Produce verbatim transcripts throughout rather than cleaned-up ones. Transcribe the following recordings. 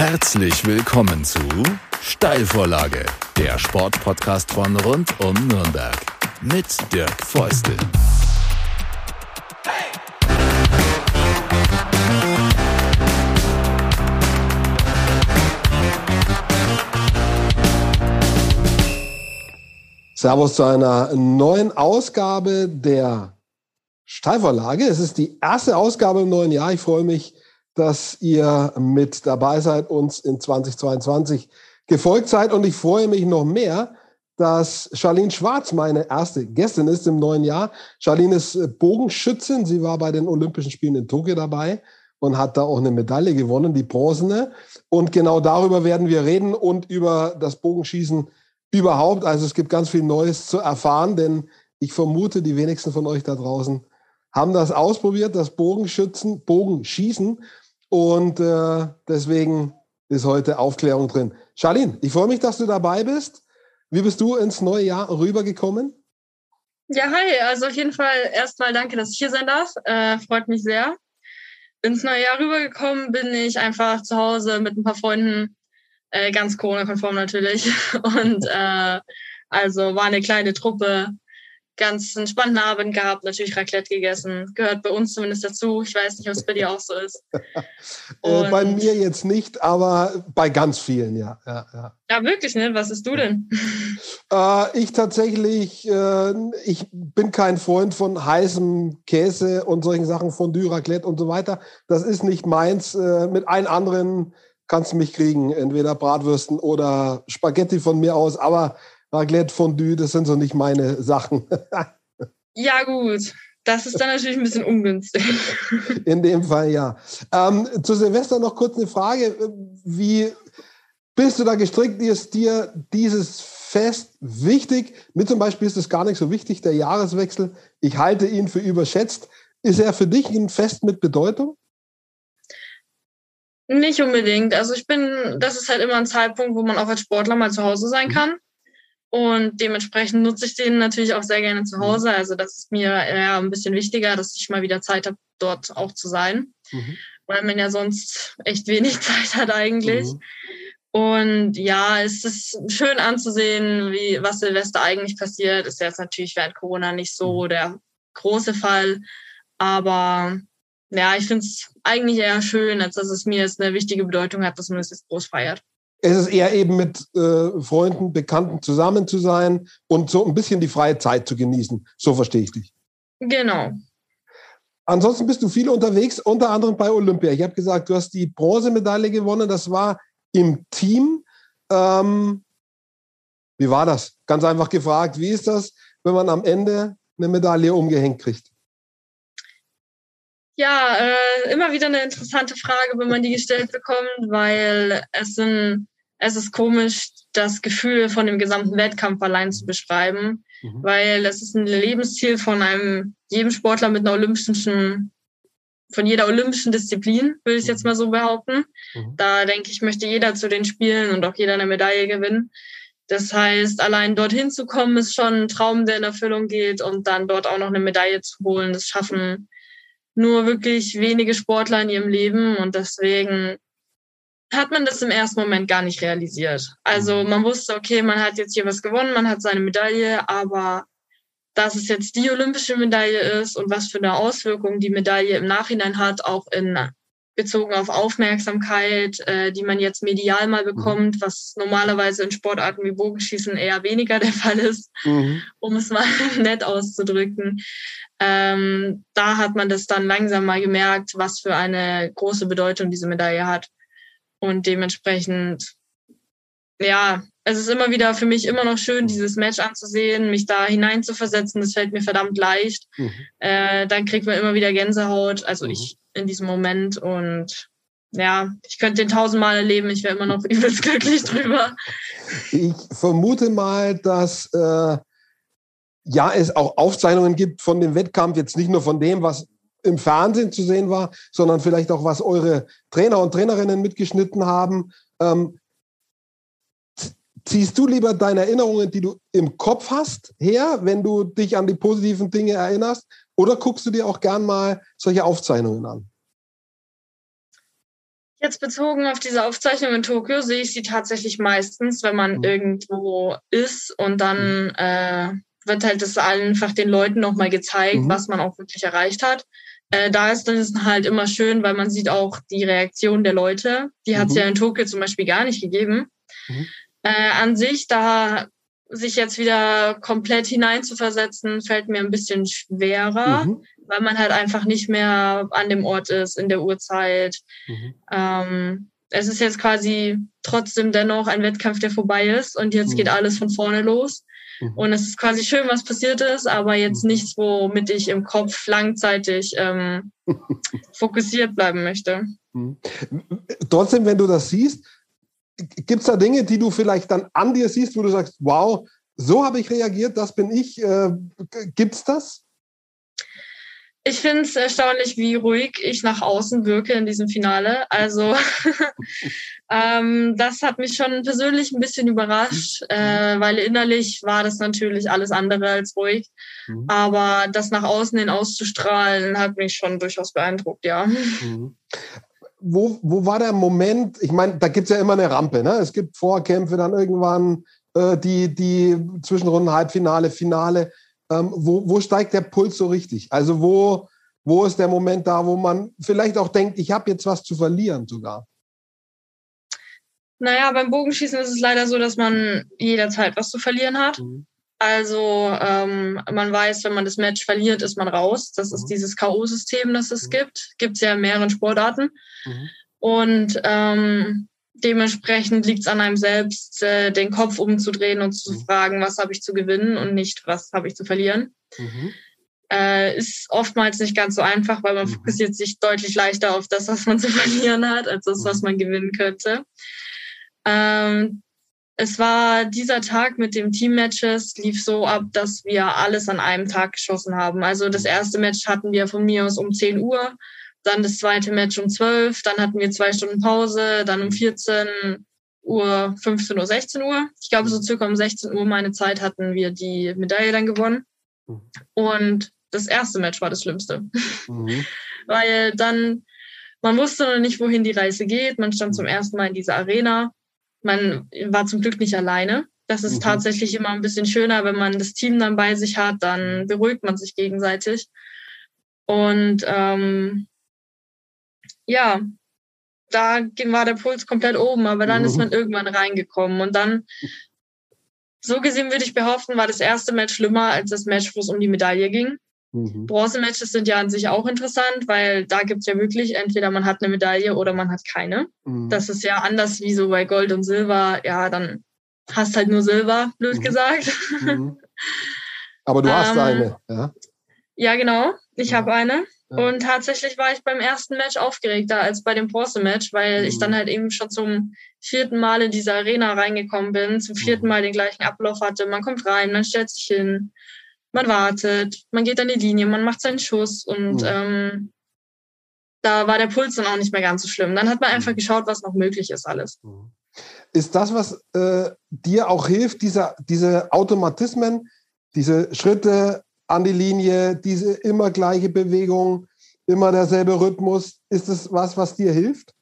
Herzlich willkommen zu Steilvorlage, der Sportpodcast von rund um Nürnberg mit Dirk Feustel. Servus zu einer neuen Ausgabe der Steilvorlage. Es ist die erste Ausgabe im neuen Jahr. Ich freue mich, dass ihr mit dabei seid, uns in zweitausendzweiundzwanzig gefolgt seid. Und ich freue mich noch mehr, dass Charlene Schwarz meine erste Gästin ist im neuen Jahr. Charlene ist Bogenschützin. Sie war bei den Olympischen Spielen in Tokio dabei und hat da auch eine Medaille gewonnen, die bronzene. Und genau darüber werden wir reden und über das Bogenschießen überhaupt. Also es gibt ganz viel Neues zu erfahren, denn ich vermute, die wenigsten von euch da draußen haben das ausprobiert, das Bogenschützen, Bogenschießen. Und äh, deswegen ist heute Aufklärung drin. Charlene, ich freue mich, dass du dabei bist. Wie bist du ins neue Jahr rübergekommen? Ja, hi. Also auf jeden Fall erstmal danke, dass ich hier sein darf. Äh, freut mich sehr. Ins neue Jahr rübergekommen bin ich einfach zu Hause mit ein paar Freunden. Äh, ganz Corona-konform natürlich. Und äh, also war eine kleine Truppe, ganz entspannten Abend gehabt, natürlich Raclette gegessen. Gehört bei uns zumindest dazu. Ich weiß nicht, ob es bei dir auch so ist. äh, bei mir jetzt nicht, aber bei ganz vielen, ja. Ja, ja. Ja wirklich, ne? Was isst du denn? äh, ich tatsächlich, äh, ich bin kein Freund von heißem Käse und solchen Sachen, Fondue, Raclette und so weiter. Das ist nicht meins. Äh, mit allen anderen kannst du mich kriegen, entweder Bratwürsten oder Spaghetti von mir aus, aber Raclette, Fondue, das sind so nicht meine Sachen. Ja gut, das ist dann natürlich ein bisschen ungünstig. In dem Fall ja. Ähm, zu Silvester noch kurz eine Frage. Wie bist du da gestrickt? Ist dir dieses Fest wichtig? Mir zum Beispiel ist es gar nicht so wichtig, der Jahreswechsel. Ich halte ihn für überschätzt. Ist er für dich ein Fest mit Bedeutung? Nicht unbedingt. Also ich bin, das ist halt immer ein Zeitpunkt, wo man auch als Sportler mal zu Hause sein kann. Und dementsprechend nutze ich den natürlich auch sehr gerne zu Hause. Also das ist mir ja ein bisschen wichtiger, dass ich mal wieder Zeit habe, dort auch zu sein. Mhm. Weil man ja sonst echt wenig Zeit hat eigentlich. Mhm. Und ja, es ist schön anzusehen, wie was Silvester eigentlich passiert. Ist jetzt natürlich während Corona nicht so der große Fall. Aber ja, ich finde es eigentlich eher schön, als dass es mir jetzt eine wichtige Bedeutung hat, dass man es jetzt groß feiert. Es ist eher eben mit äh, Freunden, Bekannten zusammen zu sein und so ein bisschen die freie Zeit zu genießen. So verstehe ich dich. Genau. Ansonsten bist du viel unterwegs, unter anderem bei Olympia. Ich habe gesagt, du hast die Bronzemedaille gewonnen. Das war im Team. Ähm, wie war das? Ganz einfach gefragt, wie ist das, wenn man am Ende eine Medaille umgehängt kriegt? Ja, äh, immer wieder eine interessante Frage, wenn man die gestellt bekommt, weil es sind, es ist komisch, das Gefühl von dem gesamten Wettkampf allein zu beschreiben, mhm. weil es ist ein Lebensziel von einem jedem Sportler mit einer olympischen, von jeder olympischen Disziplin, würde ich jetzt mal so behaupten. Mhm. Da denke ich, möchte jeder zu den Spielen und auch jeder eine Medaille gewinnen. Das heißt, allein dorthin zu kommen, ist schon ein Traum, der in Erfüllung geht, und dann dort auch noch eine Medaille zu holen, das schaffen nur wirklich wenige Sportler in ihrem Leben, und deswegen hat man das im ersten Moment gar nicht realisiert. Also man wusste, okay, man hat jetzt hier was gewonnen, man hat seine Medaille, aber dass es jetzt die olympische Medaille ist und was für eine Auswirkung die Medaille im Nachhinein hat, auch in bezogen auf Aufmerksamkeit, äh, die man jetzt medial mal bekommt, was normalerweise in Sportarten wie Bogenschießen eher weniger der Fall ist, mhm. um es mal nett auszudrücken. Ähm, da hat man das dann langsam mal gemerkt, was für eine große Bedeutung diese Medaille hat. Und dementsprechend, ja, es ist immer wieder für mich immer noch schön, dieses Match anzusehen, mich da hineinzuversetzen. Das fällt mir verdammt leicht. Mhm. Äh, dann kriegt man immer wieder Gänsehaut, also mhm. ich in diesem Moment. Und ja, ich könnte den tausendmal erleben. Ich wäre immer noch übelst glücklich drüber. Ich vermute mal, dass äh, ja es auch Aufzeichnungen gibt von dem Wettkampf, jetzt nicht nur von dem, was im Fernsehen zu sehen war, sondern vielleicht auch, was eure Trainer und Trainerinnen mitgeschnitten haben. Ähm, ziehst du lieber deine Erinnerungen, die du im Kopf hast, her, wenn du dich an die positiven Dinge erinnerst, oder guckst du dir auch gern mal solche Aufzeichnungen an? Jetzt bezogen auf diese Aufzeichnung in Tokio sehe ich sie tatsächlich meistens, wenn man mhm. irgendwo ist und dann mhm. äh, wird halt das einfach den Leuten nochmal gezeigt, mhm. was man auch wirklich erreicht hat. Äh, da ist das halt immer schön, weil man sieht auch die Reaktion der Leute. Die hat es mhm. ja in Tokio zum Beispiel gar nicht gegeben. Mhm. Äh, an sich, da sich jetzt wieder komplett hineinzuversetzen, fällt mir ein bisschen schwerer, mhm. weil man halt einfach nicht mehr an dem Ort ist, in der Uhrzeit. Mhm. Ähm, es ist jetzt quasi trotzdem dennoch ein Wettkampf, der vorbei ist und jetzt mhm. geht alles von vorne los. Mhm. Und es ist quasi schön, was passiert ist, aber jetzt mhm. nichts, womit ich im Kopf langzeitig ähm, fokussiert bleiben möchte. Mhm. Trotzdem, wenn du das siehst, gibt es da Dinge, die du vielleicht dann an dir siehst, wo du sagst, wow, so habe ich reagiert, das bin ich. Äh, gibt's das? Ich finde es erstaunlich, wie ruhig ich nach außen wirke in diesem Finale. Also ähm, das hat mich schon persönlich ein bisschen überrascht, äh, weil innerlich war das natürlich alles andere als ruhig. Mhm. Aber das nach außen hin auszustrahlen, hat mich schon durchaus beeindruckt, ja. Mhm. Wo, wo war der Moment, ich meine, da gibt es ja immer eine Rampe, ne? Es gibt Vorkämpfe, dann irgendwann äh, die, die Zwischenrunden, Halbfinale, Finale. Ähm, wo, wo steigt der Puls so richtig? Also wo, wo ist der Moment da, wo man vielleicht auch denkt, ich habe jetzt was zu verlieren sogar? Naja, beim Bogenschießen ist es leider so, dass man jederzeit was zu verlieren hat. Mhm. Also ähm, man weiß, wenn man das Match verliert, ist man raus. Das mhm. ist dieses K O-System, das es mhm. gibt. Gibt es ja in mehreren Sportarten. Mhm. Und ähm, dementsprechend liegt es an einem selbst, äh, den Kopf umzudrehen und zu mhm. fragen, was habe ich zu gewinnen und nicht, was habe ich zu verlieren. Mhm. Äh, ist oftmals nicht ganz so einfach, weil man mhm. fokussiert sich deutlich leichter auf das, was man zu verlieren hat, als das, was man gewinnen könnte. Ähm, Es war dieser Tag mit dem Teammatches, lief so ab, dass wir alles an einem Tag geschossen haben. Also das erste Match hatten wir von mir aus um zehn Uhr, dann das zweite Match um zwölf, dann hatten wir zwei Stunden Pause, dann um vierzehn Uhr, fünfzehn Uhr, sechzehn Uhr. Ich glaube, so circa um sechzehn Uhr meine Zeit hatten wir die Medaille dann gewonnen. Und das erste Match war das Schlimmste. Mhm. Weil dann, man wusste noch nicht, wohin die Reise geht. Man stand zum ersten Mal in dieser Arena. Man war zum Glück nicht alleine. Das ist mhm. tatsächlich immer ein bisschen schöner, wenn man das Team dann bei sich hat, dann beruhigt man sich gegenseitig. Und ähm, ja, da war der Puls komplett oben, aber dann mhm. ist man irgendwann reingekommen. Und dann, so gesehen würde ich behaupten, war das erste Match schlimmer als das Match, wo es um die Medaille ging. Mhm. Bronzematches sind ja an sich auch interessant, weil da gibt's ja wirklich, entweder man hat eine Medaille oder man hat keine. Mhm. Das ist ja anders wie so bei Gold und Silber. Ja, dann hast halt nur Silber, blöd mhm. gesagt. Mhm. Aber du ähm, hast eine, ja? Ja, genau. Ich ja. habe eine. Ja. Und tatsächlich war ich beim ersten Match aufgeregter als bei dem Bronzematch, weil mhm. ich dann halt eben schon zum vierten Mal in diese Arena reingekommen bin, zum vierten Mal den gleichen Ablauf hatte. Man kommt rein, man stellt sich hin, man wartet, man geht an die Linie, man macht seinen Schuss und mhm. ähm, da war der Puls dann auch nicht mehr ganz so schlimm. Dann hat man einfach geschaut, was noch möglich ist alles. Ist das, was äh, dir auch hilft, dieser, diese Automatismen, diese Schritte an die Linie, diese immer gleiche Bewegung, immer derselbe Rhythmus, ist das was, was dir hilft?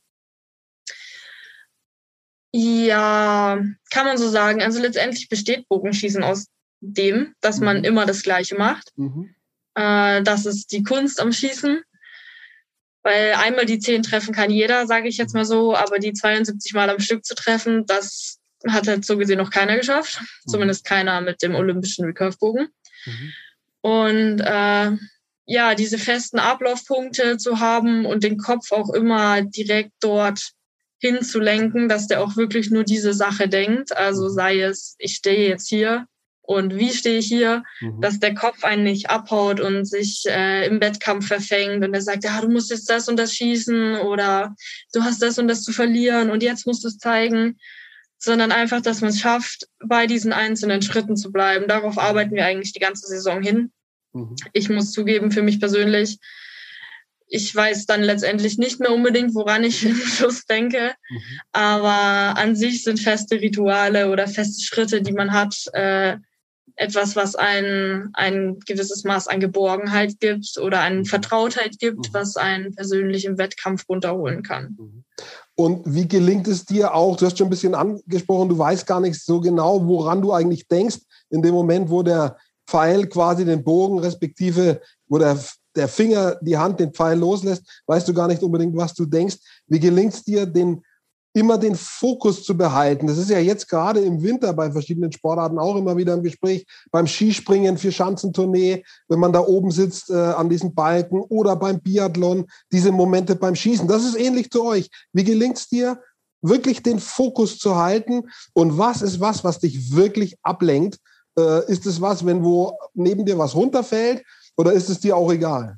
Ja, kann man so sagen. Also letztendlich besteht Bogenschießen aus dem, dass man mhm. immer das Gleiche macht. Mhm. Äh, das ist die Kunst am Schießen. Weil einmal die zehn treffen kann jeder, sage ich jetzt mal so, aber die zweiundsiebzig Mal am Stück zu treffen, das hat halt so gesehen noch keiner geschafft. Mhm. Zumindest keiner mit dem olympischen Recurve-Bogen. Mhm. Und äh, ja, diese festen Ablaufpunkte zu haben und den Kopf auch immer direkt dort hinzulenken, dass der auch wirklich nur diese Sache denkt. Also sei es, ich stehe jetzt hier und wie stehe ich hier, mhm. dass der Kopf einen nicht abhaut und sich äh, im Wettkampf verfängt und er sagt, ja, du musst jetzt das und das schießen oder du hast das und das zu verlieren und jetzt musst du es zeigen, sondern einfach, dass man es schafft, bei diesen einzelnen Schritten zu bleiben. Darauf arbeiten wir eigentlich die ganze Saison hin. Mhm. Ich muss zugeben, für mich persönlich, ich weiß dann letztendlich nicht mehr unbedingt, woran ich im Schluss denke, mhm. aber an sich sind feste Rituale oder feste Schritte, die man hat, äh, etwas, was ein, ein gewisses Maß an Geborgenheit gibt oder eine Vertrautheit gibt, was einen persönlich im Wettkampf runterholen kann. Und wie gelingt es dir auch, du hast schon ein bisschen angesprochen, du weißt gar nicht so genau, woran du eigentlich denkst, in dem Moment, wo der Pfeil quasi den Bogen, respektive wo der, der Finger die Hand den Pfeil loslässt, weißt du gar nicht unbedingt, was du denkst. Wie gelingt es dir, den immer den Fokus zu behalten? Das ist ja jetzt gerade im Winter bei verschiedenen Sportarten auch immer wieder im Gespräch, beim Skispringen, Vierschanzentournee, wenn man da oben sitzt äh, an diesem Balken oder beim Biathlon, diese Momente beim Schießen. Das ist ähnlich zu euch. Wie gelingt es dir, wirklich den Fokus zu halten? Und was ist was, was dich wirklich ablenkt? Äh, ist es was, wenn wo neben dir was runterfällt, oder ist es dir auch egal?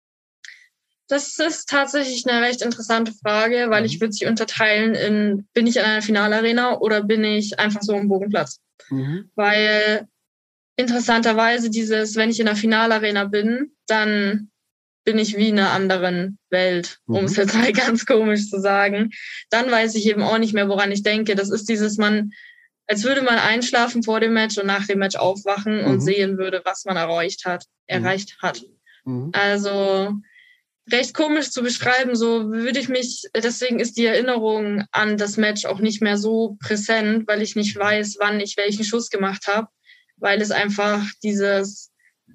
Das ist tatsächlich eine recht interessante Frage, weil ich würde sie unterteilen in, bin ich in einer Finalarena oder bin ich einfach so am Bogenplatz? Mhm. Weil interessanterweise dieses, wenn ich in einer Finalarena bin, dann bin ich wie in einer anderen Welt, um es jetzt mal ganz komisch zu sagen. Dann weiß ich eben auch nicht mehr, woran ich denke. Das ist dieses, man, als würde man einschlafen vor dem Match und nach dem Match aufwachen mhm. und sehen würde, was man erreicht hat, erreicht hat. Mhm. Also recht komisch zu beschreiben, so würde ich mich, deswegen ist die Erinnerung an das Match auch nicht mehr so präsent, weil ich nicht weiß, wann ich welchen Schuss gemacht habe, weil es einfach dieses,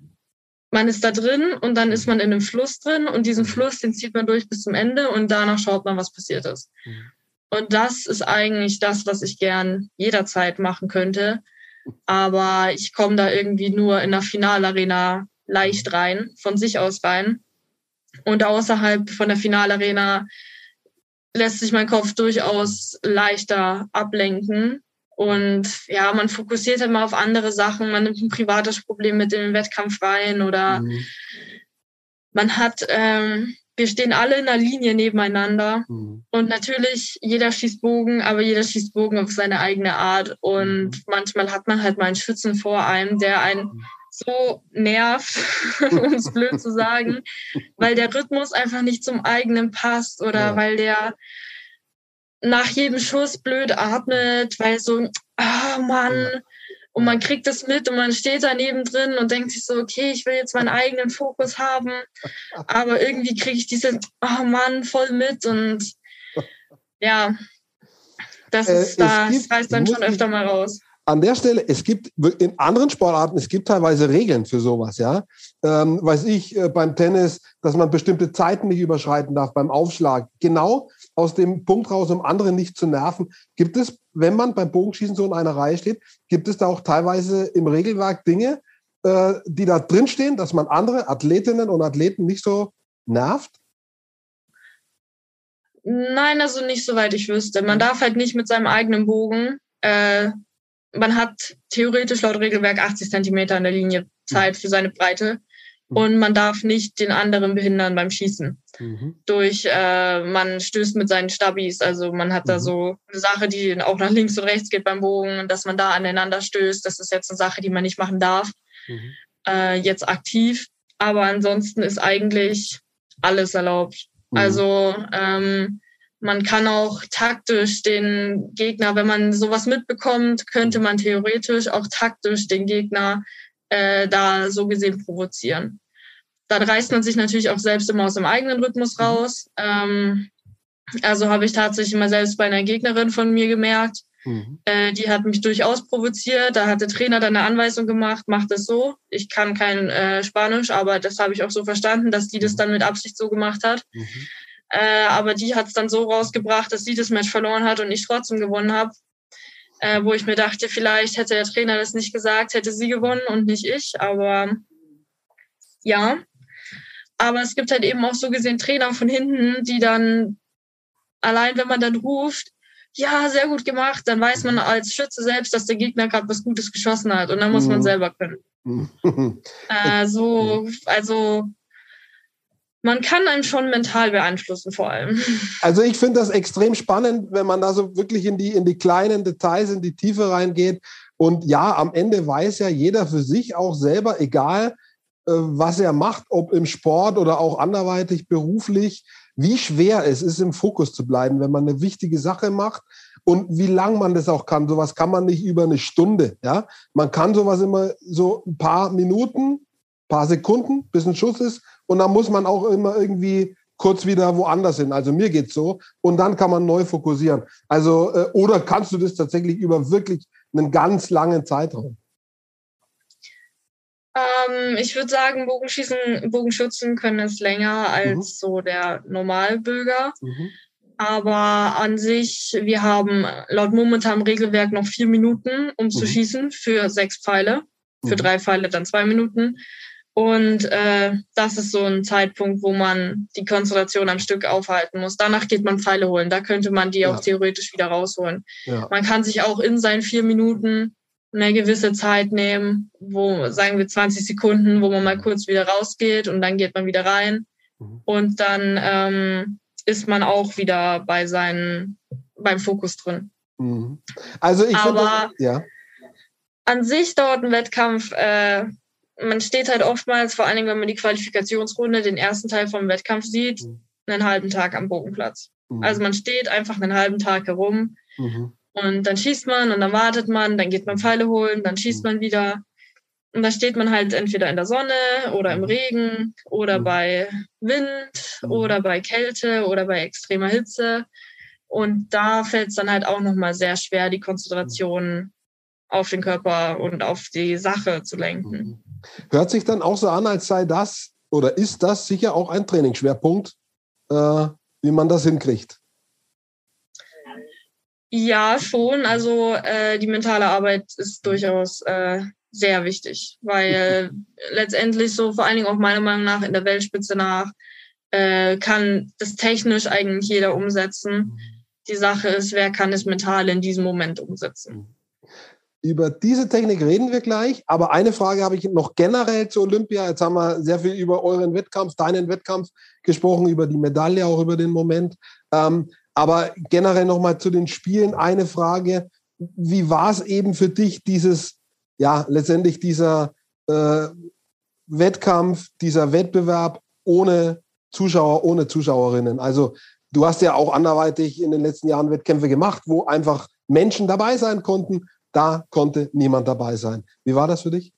man ist da drin und dann ist man in einem Fluss drin und diesen Fluss, den zieht man durch bis zum Ende und danach schaut man, was passiert ist. Und das ist eigentlich das, was ich gern jederzeit machen könnte, aber ich komme da irgendwie nur in der Finalarena leicht rein, von sich aus rein. Und außerhalb von der Finalarena lässt sich mein Kopf durchaus leichter ablenken. Und ja, man fokussiert halt mal auf andere Sachen. Man nimmt ein privates Problem mit in den Wettkampf rein oder mhm. man hat, ähm, wir stehen alle in einer Linie nebeneinander. Mhm. Und natürlich, jeder schießt Bogen, aber jeder schießt Bogen auf seine eigene Art. Und mhm. manchmal hat man halt mal einen Schützen vor einem, der einen so nervt, um es blöd zu sagen, weil der Rhythmus einfach nicht zum eigenen passt oder ja. weil der nach jedem Schuss blöd atmet, weil so, ah oh Mann, ja. und man kriegt das mit und man steht daneben drin und denkt sich so, okay, ich will jetzt meinen eigenen Fokus haben, aber irgendwie kriege ich diese, oh Mann, voll mit und ja, das ist, äh, da, das reißt dann schon öfter mal raus. An der Stelle, es gibt in anderen Sportarten, es gibt teilweise Regeln für sowas, ja. Ähm, weiß ich, äh, beim Tennis, dass man bestimmte Zeiten nicht überschreiten darf, beim Aufschlag. Genau aus dem Punkt raus, um andere nicht zu nerven. Gibt es, wenn man beim Bogenschießen so in einer Reihe steht, gibt es da auch teilweise im Regelwerk Dinge, äh, die da drinstehen, dass man andere Athletinnen und Athleten nicht so nervt? Nein, also nicht soweit ich wüsste. Man darf halt nicht mit seinem eigenen Bogen, äh, man hat theoretisch laut Regelwerk achtzig Zentimeter an der Linie Zeit für seine Breite und man darf nicht den anderen behindern beim Schießen. Mhm. Durch, äh, man stößt mit seinen Stabis, also man hat mhm. da so eine Sache, die auch nach links und rechts geht beim Bogen, dass man da aneinander stößt. Das ist jetzt eine Sache, die man nicht machen darf, mhm. äh, jetzt aktiv. Aber ansonsten ist eigentlich alles erlaubt. Mhm. Also ähm, man kann auch taktisch den Gegner, wenn man sowas mitbekommt, könnte man theoretisch auch taktisch den Gegner äh, da so gesehen provozieren. Dann reißt man sich natürlich auch selbst immer aus dem eigenen Rhythmus raus. Ähm, also habe ich tatsächlich immer selbst bei einer Gegnerin von mir gemerkt, mhm. äh, die hat mich durchaus provoziert. Da hat der Trainer dann eine Anweisung gemacht, mach das so. Ich kann kein äh, Spanisch, aber das habe ich auch so verstanden, dass die das dann mit Absicht so gemacht hat. Mhm. Äh, aber die hat es dann so rausgebracht, dass sie das Match verloren hat und ich trotzdem gewonnen habe. Äh, wo ich mir dachte, vielleicht hätte der Trainer das nicht gesagt, hätte sie gewonnen und nicht ich. Aber ja. Aber es gibt halt eben auch so gesehen Trainer von hinten, die dann, allein wenn man dann ruft, ja, sehr gut gemacht, dann weiß man als Schütze selbst, dass der Gegner gerade was Gutes geschossen hat. Und dann muss man selber können. äh, so, also... Man kann einen schon mental beeinflussen, vor allem. Also ich finde das extrem spannend, wenn man da so wirklich in die, in die kleinen Details, in die Tiefe reingeht. Und ja, am Ende weiß ja jeder für sich auch selber, egal was er macht, ob im Sport oder auch anderweitig beruflich, wie schwer es ist, im Fokus zu bleiben, wenn man eine wichtige Sache macht und wie lang man das auch kann. Sowas kann man nicht über eine Stunde. Ja? Man kann sowas immer so ein paar Minuten, ein paar Sekunden, bis ein Schuss ist. Und dann muss man auch immer irgendwie kurz wieder woanders hin. Also mir geht's so. Und dann kann man neu fokussieren. Also, äh, oder kannst du das tatsächlich über wirklich einen ganz langen Zeitraum? Ähm, ich würde sagen, Bogenschießen, Bogenschützen können es länger als mhm. so der Normalbürger. Mhm. Aber an sich, wir haben laut momentanem Regelwerk noch vier Minuten, um mhm. zu schießen für sechs Pfeile. Für mhm. drei Pfeile dann zwei Minuten. Und äh, das ist so ein Zeitpunkt, wo man die Konzentration am Stück aufhalten muss. Danach geht man Pfeile holen. Da könnte man die ja. auch theoretisch wieder rausholen. Ja. Man kann sich auch in seinen vier Minuten eine gewisse Zeit nehmen, wo, sagen wir zwanzig Sekunden, wo man mal kurz wieder rausgeht und dann geht man wieder rein. Mhm. Und dann ähm, ist man auch wieder bei seinen, beim Fokus drin. Mhm. Also ich Aber finde, ja. an sich dauert ein Wettkampf, äh, man steht halt oftmals, vor allen Dingen, wenn man die Qualifikationsrunde, den ersten Teil vom Wettkampf sieht, mhm. einen halben Tag am Bogenplatz. Mhm. Also man steht einfach einen halben Tag herum mhm. und dann schießt man und dann wartet man, dann geht man Pfeile holen, dann schießt mhm. man wieder. Und da steht man halt entweder in der Sonne oder im Regen oder mhm. bei Wind mhm. oder bei Kälte oder bei extremer Hitze. Und da fällt es dann halt auch nochmal sehr schwer, die Konzentration auf den Körper und auf die Sache zu lenken. Hört sich dann auch so an, als sei das oder ist das sicher auch ein Trainingsschwerpunkt, äh, wie man das hinkriegt? Ja, schon. Also äh, die mentale Arbeit ist durchaus äh, sehr wichtig, weil letztendlich so vor allen Dingen auch meiner Meinung nach in der Weltspitze nach äh, kann das technisch eigentlich jeder umsetzen. Die Sache ist, wer kann es mental in diesem Moment umsetzen? Über diese Technik reden wir gleich, aber eine Frage habe ich noch generell zu Olympia. Jetzt haben wir sehr viel über euren Wettkampf, deinen Wettkampf gesprochen, über die Medaille, auch über den Moment. Ähm, aber generell nochmal zu den Spielen eine Frage. Wie war es eben für dich, dieses, ja, letztendlich dieser äh, Wettkampf, dieser Wettbewerb ohne Zuschauer, ohne Zuschauerinnen? Also du hast ja auch anderweitig in den letzten Jahren Wettkämpfe gemacht, wo einfach Menschen dabei sein konnten. Da konnte niemand dabei sein. Wie war das für dich?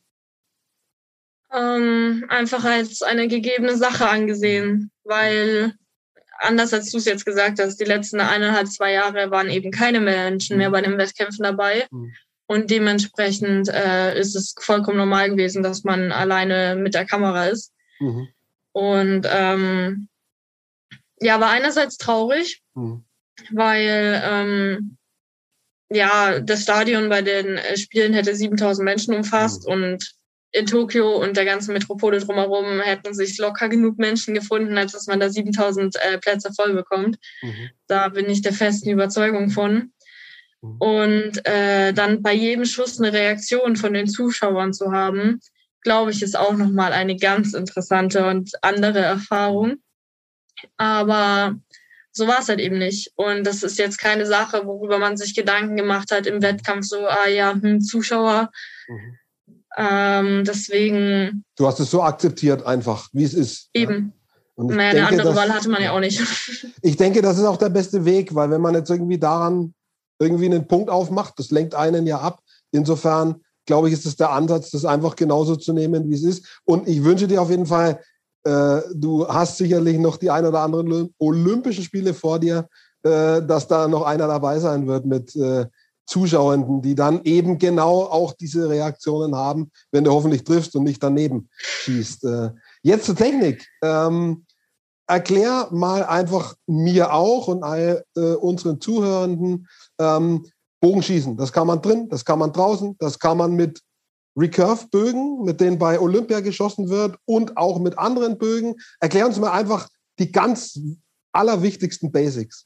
Ähm, einfach als eine gegebene Sache angesehen, weil anders als du es jetzt gesagt hast, die letzten eineinhalb, zwei Jahre waren eben keine Menschen mehr bei den Wettkämpfen dabei. Mhm. Und dementsprechend äh, ist es vollkommen normal gewesen, dass man alleine mit der Kamera ist. Mhm. Und ähm, ja, war einerseits traurig, mhm. weil ähm, ja, das Stadion bei den Spielen hätte siebentausend Menschen umfasst mhm. und in Tokio und der ganzen Metropole drumherum hätten sich locker genug Menschen gefunden, als dass man da siebentausend äh, Plätze voll bekommt. Mhm. Da bin ich der festen Überzeugung von. Mhm. Und äh, dann bei jedem Schuss eine Reaktion von den Zuschauern zu haben, glaube ich, ist auch nochmal eine ganz interessante und andere Erfahrung. Aber so war es halt eben nicht. Und das ist jetzt keine Sache, worüber man sich Gedanken gemacht hat im Wettkampf, so, ah ja, hm, Zuschauer. Mhm. Ähm, deswegen... Du hast es so akzeptiert einfach, wie es ist. Eben. Ja? Und naja, denke, eine andere das, Wahl hatte man ja auch nicht. Ich denke, das ist auch der beste Weg, weil wenn man jetzt irgendwie daran irgendwie einen Punkt aufmacht, das lenkt einen ja ab. Insofern, glaube ich, ist es der Ansatz, das einfach genauso zu nehmen, wie es ist. Und ich wünsche dir auf jeden Fall, äh, du hast sicherlich noch die ein oder anderen Olympischen Spiele vor dir, äh, dass da noch einer dabei sein wird mit äh, Zuschauenden, die dann eben genau auch diese Reaktionen haben, wenn du hoffentlich triffst und nicht daneben schießt. Äh, jetzt zur Technik. Ähm, erklär mal einfach mir auch und all äh, unseren Zuhörenden, ähm, Bogenschießen, das kann man drin, das kann man draußen, das kann man mit Recurve-Bögen, mit denen bei Olympia geschossen wird und auch mit anderen Bögen. Erklär uns mal einfach die ganz allerwichtigsten Basics.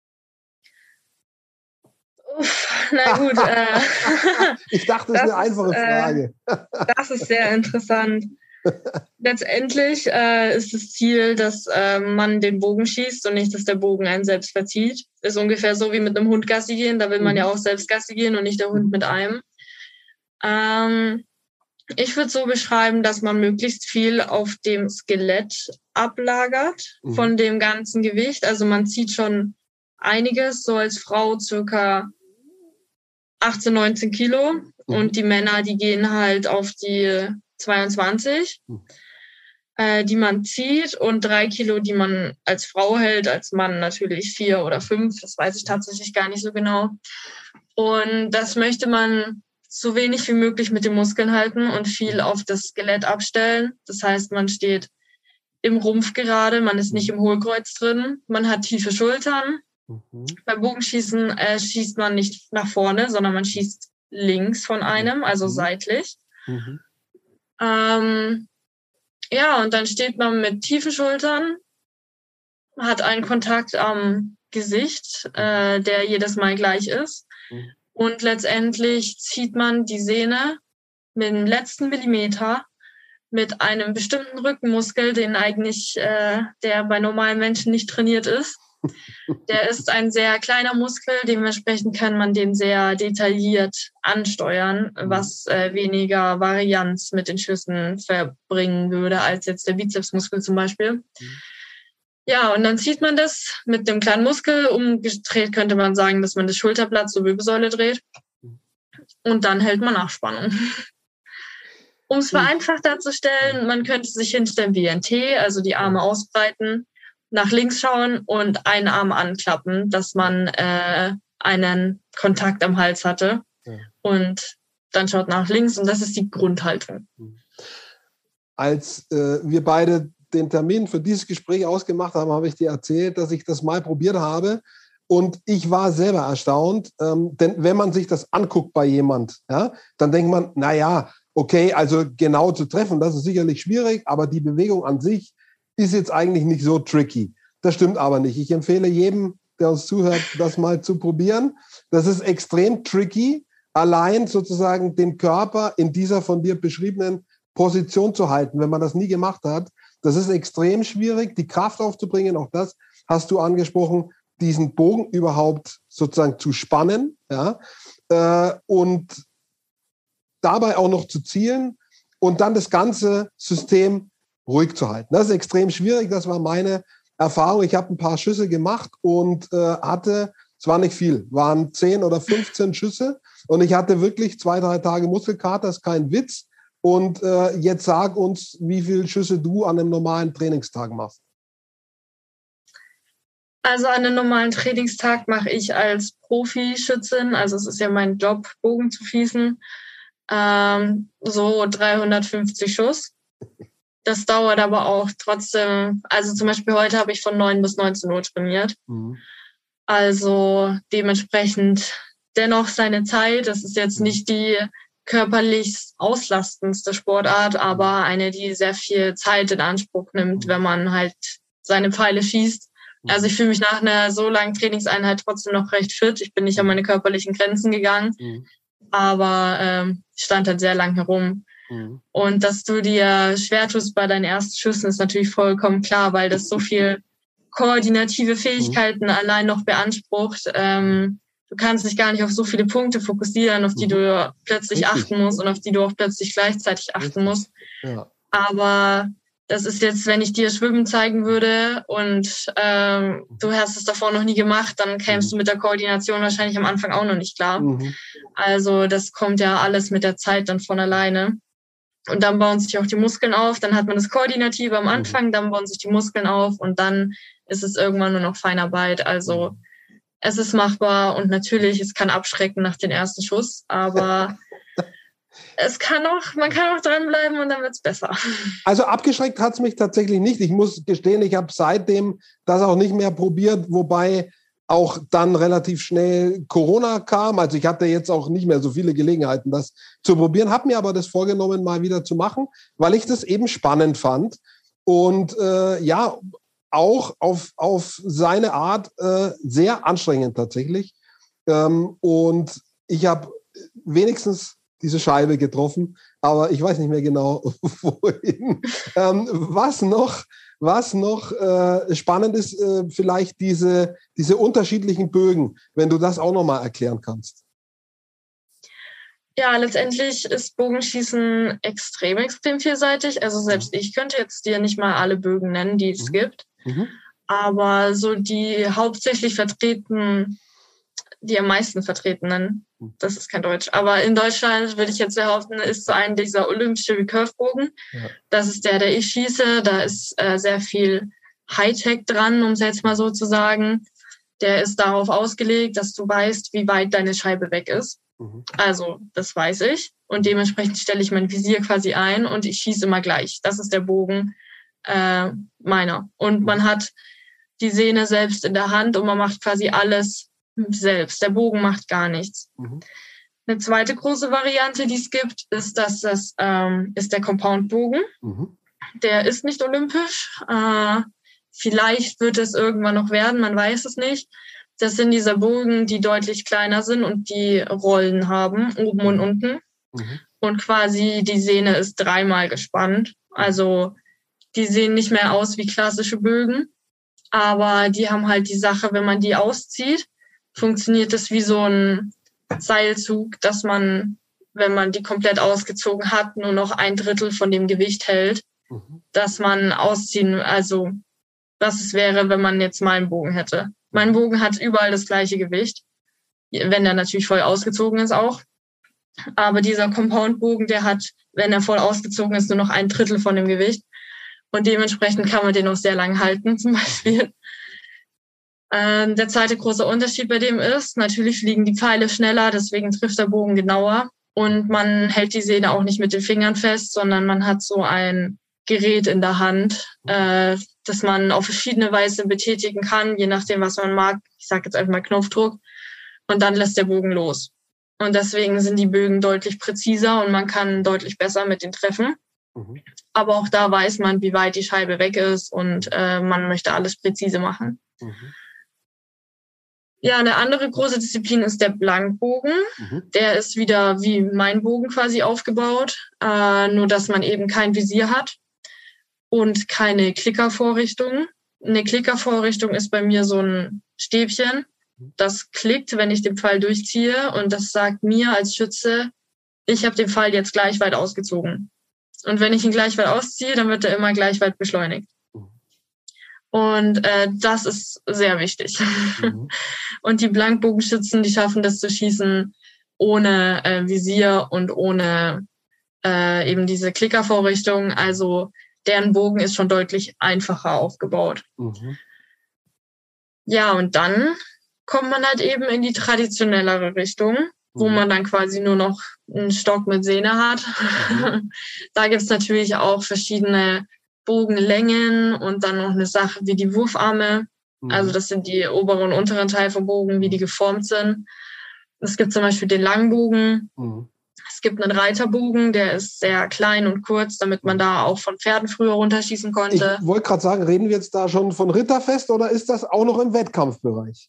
Uff, na gut. äh, ich dachte, das ist eine einfache Frage. Äh, das ist sehr interessant. Letztendlich äh, ist das Ziel, dass äh, man den Bogen schießt und nicht, dass der Bogen einen selbst verzieht. Ist ungefähr so wie mit einem Hund Gassi gehen. Da will man ja auch selbst Gassi gehen und nicht der Hund mit einem. Ähm, ich würde so beschreiben, dass man möglichst viel auf dem Skelett ablagert mhm. von dem ganzen Gewicht. Also man zieht schon einiges, so als Frau circa achtzehn, neunzehn Kilo. Mhm. Und die Männer, die gehen halt auf die zweiundzwanzig, mhm. äh, die man zieht, und drei Kilo, die man als Frau hält, als Mann natürlich vier oder fünf, das weiß ich tatsächlich gar nicht so genau. Und das möchte man so wenig wie möglich mit den Muskeln halten und viel auf das Skelett abstellen. Das heißt, man steht im Rumpf gerade, man ist nicht im Hohlkreuz drin, man hat tiefe Schultern. Mhm. Beim Bogenschießen äh, schießt man nicht nach vorne, sondern man schießt links von einem, also mhm. seitlich. Mhm. Ähm, ja, und dann steht man mit tiefen Schultern, hat einen Kontakt am Gesicht, äh, der jedes Mal gleich ist. Mhm. Und letztendlich zieht man die Sehne mit dem letzten Millimeter mit einem bestimmten Rückenmuskel, den eigentlich äh, der bei normalen Menschen nicht trainiert ist. Der ist ein sehr kleiner Muskel, dementsprechend kann man den sehr detailliert ansteuern, was äh, weniger Varianz mit den Schüssen verbringen würde als jetzt der Bizepsmuskel zum Beispiel. Mhm. Ja, und dann zieht man das mit dem kleinen Muskel. Umgedreht könnte man sagen, dass man das Schulterblatt zur Wirbelsäule dreht. Und dann hält man Nachspannung. Um es vereinfacht darzustellen, man könnte sich hinstellen wie ein T, also die Arme ausbreiten, nach links schauen und einen Arm anklappen, dass man äh, einen Kontakt am Hals hatte. Ja. Und dann schaut nach links, und das ist die Grundhaltung. Als äh, wir beide den Termin für dieses Gespräch ausgemacht haben, habe ich dir erzählt, dass ich das mal probiert habe. Und ich war selber erstaunt, ähm, denn wenn man sich das anguckt bei jemand, ja, dann denkt man, naja, okay, also genau zu treffen, das ist sicherlich schwierig, aber die Bewegung an sich ist jetzt eigentlich nicht so tricky. Das stimmt aber nicht. Ich empfehle jedem, der uns zuhört, das mal zu probieren. Das ist extrem tricky, allein sozusagen den Körper in dieser von dir beschriebenen Position zu halten, wenn man das nie gemacht hat. Das ist extrem schwierig, die Kraft aufzubringen. Auch das hast du angesprochen, diesen Bogen überhaupt sozusagen zu spannen, ja, äh, und dabei auch noch zu zielen und dann das ganze System ruhig zu halten. Das ist extrem schwierig. Das war meine Erfahrung. Ich habe ein paar Schüsse gemacht und äh, hatte, es war nicht viel, waren zehn oder fünfzehn Schüsse, und ich hatte wirklich zwei, drei Tage Muskelkater, das ist kein Witz. Und äh, jetzt sag uns, wie viele Schüsse du an einem normalen Trainingstag machst. Also an einem normalen Trainingstag mache ich als Profischützin, also es ist ja mein Job, Bogen zu schießen, ähm, so dreihundertfünfzig Schuss. Das dauert aber auch trotzdem, also zum Beispiel heute habe ich von neun bis neunzehn Uhr trainiert. Mhm. Also dementsprechend dennoch seine Zeit. Das ist jetzt nicht die körperlich auslastendste Sportart, aber eine, die sehr viel Zeit in Anspruch nimmt, wenn man halt seine Pfeile schießt. Also ich fühle mich nach einer so langen Trainingseinheit trotzdem noch recht fit. Ich bin nicht an meine körperlichen Grenzen gegangen, mhm. aber ähm, ich stand halt sehr lang herum. Mhm. Und dass du dir schwer tust bei deinen ersten Schüssen, ist natürlich vollkommen klar, weil das so viel koordinative Fähigkeiten mhm. allein noch beansprucht. Ähm, du kannst dich gar nicht auf so viele Punkte fokussieren, auf die mhm. du plötzlich Richtig. achten musst und auf die du auch plötzlich gleichzeitig achten Richtig. musst. Ja. Aber das ist jetzt, wenn ich dir Schwimmen zeigen würde und ähm, du hast es davor noch nie gemacht, dann kämst mhm. du mit der Koordination wahrscheinlich am Anfang auch noch nicht klar. Mhm. Also das kommt ja alles mit der Zeit dann von alleine. Und dann bauen sich auch die Muskeln auf, dann hat man das Koordinative am Anfang, mhm. dann bauen sich die Muskeln auf und dann ist es irgendwann nur noch Feinarbeit. Also es ist machbar und natürlich, es kann abschrecken nach dem ersten Schuss, aber es kann auch, man kann auch dranbleiben und dann wird es besser. Also abgeschreckt hat es mich tatsächlich nicht. Ich muss gestehen, ich habe seitdem das auch nicht mehr probiert, wobei auch dann relativ schnell Corona kam. Also ich hatte jetzt auch nicht mehr so viele Gelegenheiten, das zu probieren, habe mir aber das vorgenommen, mal wieder zu machen, weil ich das eben spannend fand und äh, ja, auch auf, auf seine Art äh, sehr anstrengend tatsächlich. Ähm, und ich habe wenigstens diese Scheibe getroffen, aber ich weiß nicht mehr genau, wohin. Ähm, was noch, was noch äh, spannend ist, äh, vielleicht diese, diese unterschiedlichen Bögen, wenn du das auch nochmal erklären kannst. Ja, letztendlich ist Bogenschießen extrem, extrem vielseitig. Also selbst ich könnte jetzt dir nicht mal alle Bögen nennen, die es mhm. gibt. Mhm. Aber so die hauptsächlich vertreten, die am meisten vertretenen, das ist kein Deutsch, aber in Deutschland würde ich jetzt behaupten, ist so ein dieser olympische Recurve-Bogen. Ja. Das ist der, der ich schieße. Da ist äh, sehr viel Hightech dran, um es jetzt mal so zu sagen. Der ist darauf ausgelegt, dass du weißt, wie weit deine Scheibe weg ist. Mhm. Also, das weiß ich. Und dementsprechend stelle ich mein Visier quasi ein und ich schieße immer gleich. Das ist der Bogen äh, meiner. Und man hat die Sehne selbst in der Hand und man macht quasi alles selbst. Der Bogen macht gar nichts. Mhm. Eine zweite große Variante, die es gibt, ist, dass das ähm, ist der Compound-Bogen. Mhm. Der ist nicht olympisch. Äh, vielleicht wird es irgendwann noch werden, man weiß es nicht. Das sind diese Bogen, die deutlich kleiner sind und die Rollen haben, oben und unten. Mhm. Und quasi die Sehne ist dreimal gespannt. Also die sehen nicht mehr aus wie klassische Bögen, aber die haben halt die Sache, wenn man die auszieht, funktioniert das wie so ein Seilzug, dass man, wenn man die komplett ausgezogen hat, nur noch ein Drittel von dem Gewicht hält, mhm. dass man ausziehen, also was es wäre, wenn man jetzt meinen Bogen hätte. Mein Bogen hat überall das gleiche Gewicht, wenn er natürlich voll ausgezogen ist auch. Aber dieser Compound-Bogen, der hat, wenn er voll ausgezogen ist, nur noch ein Drittel von dem Gewicht. Und dementsprechend kann man den auch sehr lang halten, zum Beispiel. Ähm, der zweite große Unterschied bei dem ist, natürlich fliegen die Pfeile schneller, deswegen trifft der Bogen genauer. Und man hält die Sehne auch nicht mit den Fingern fest, sondern man hat so ein Gerät in der Hand, äh, das man auf verschiedene Weise betätigen kann, je nachdem, was man mag. Ich sage jetzt einfach mal Knopfdruck. Und dann lässt der Bogen los. Und deswegen sind die Bögen deutlich präziser und man kann deutlich besser mit den treffen. Mhm. Aber auch da weiß man, wie weit die Scheibe weg ist und äh, man möchte alles präzise machen. Mhm. Ja, eine andere große Disziplin ist der Blankbogen. Mhm. Der ist wieder wie mein Bogen quasi aufgebaut, äh, nur dass man eben kein Visier hat und keine Klickervorrichtung. Eine Klickervorrichtung ist bei mir so ein Stäbchen, das klickt, wenn ich den Pfeil durchziehe und das sagt mir als Schütze, ich habe den Pfeil jetzt gleich weit ausgezogen. Und wenn ich ihn gleich weit ausziehe, dann wird er immer gleich weit beschleunigt. Und äh, das ist sehr wichtig. Mhm. Und die Blankbogenschützen, die schaffen das zu schießen ohne äh, Visier und ohne äh, eben diese Klickervorrichtung. Also deren Bogen ist schon deutlich einfacher aufgebaut. Mhm. Ja, und dann kommt man halt eben in die traditionellere Richtung, wo mhm. man dann quasi nur noch einen Stock mit Sehne hat. Mhm. Da gibt's natürlich auch verschiedene Bogenlängen und dann noch eine Sache wie die Wurfarme. Mhm. Also das sind die oberen und unteren Teil vom Bogen, wie die geformt sind. Es gibt zum Beispiel den Langbogen. Mhm. Es gibt einen Reiterbogen, der ist sehr klein und kurz, damit man da auch von Pferden früher runterschießen konnte. Ich wollte gerade sagen, reden wir jetzt da schon von Ritterfest oder ist das auch noch im Wettkampfbereich?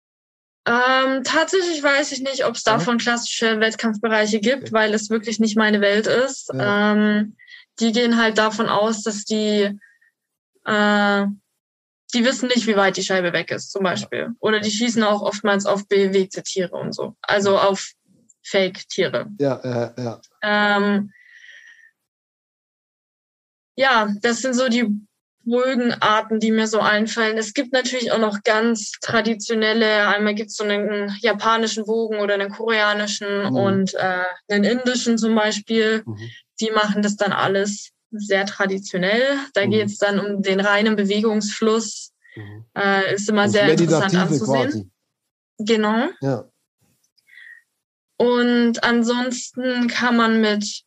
Ähm, tatsächlich weiß ich nicht, ob es davon klassische Wettkampfbereiche gibt, okay. weil es wirklich nicht meine Welt ist. Ja. Ähm, die gehen halt davon aus, dass die äh, die wissen nicht, wie weit die Scheibe weg ist, zum Beispiel. Oder die schießen auch oftmals auf bewegte Tiere und so. Also auf Fake-Tiere. Ja, ja, ja. Ähm, ja, das sind so die Bogenarten, die mir so einfallen. Es gibt natürlich auch noch ganz traditionelle, einmal gibt es so einen japanischen Bogen oder einen koreanischen mhm. und äh, einen indischen zum Beispiel. Mhm. Die machen das dann alles sehr traditionell. Da mhm. geht es dann um den reinen Bewegungsfluss. Mhm. Äh, ist immer das sehr interessant anzusehen. Quasi. Genau. Ja. Und ansonsten kann man mit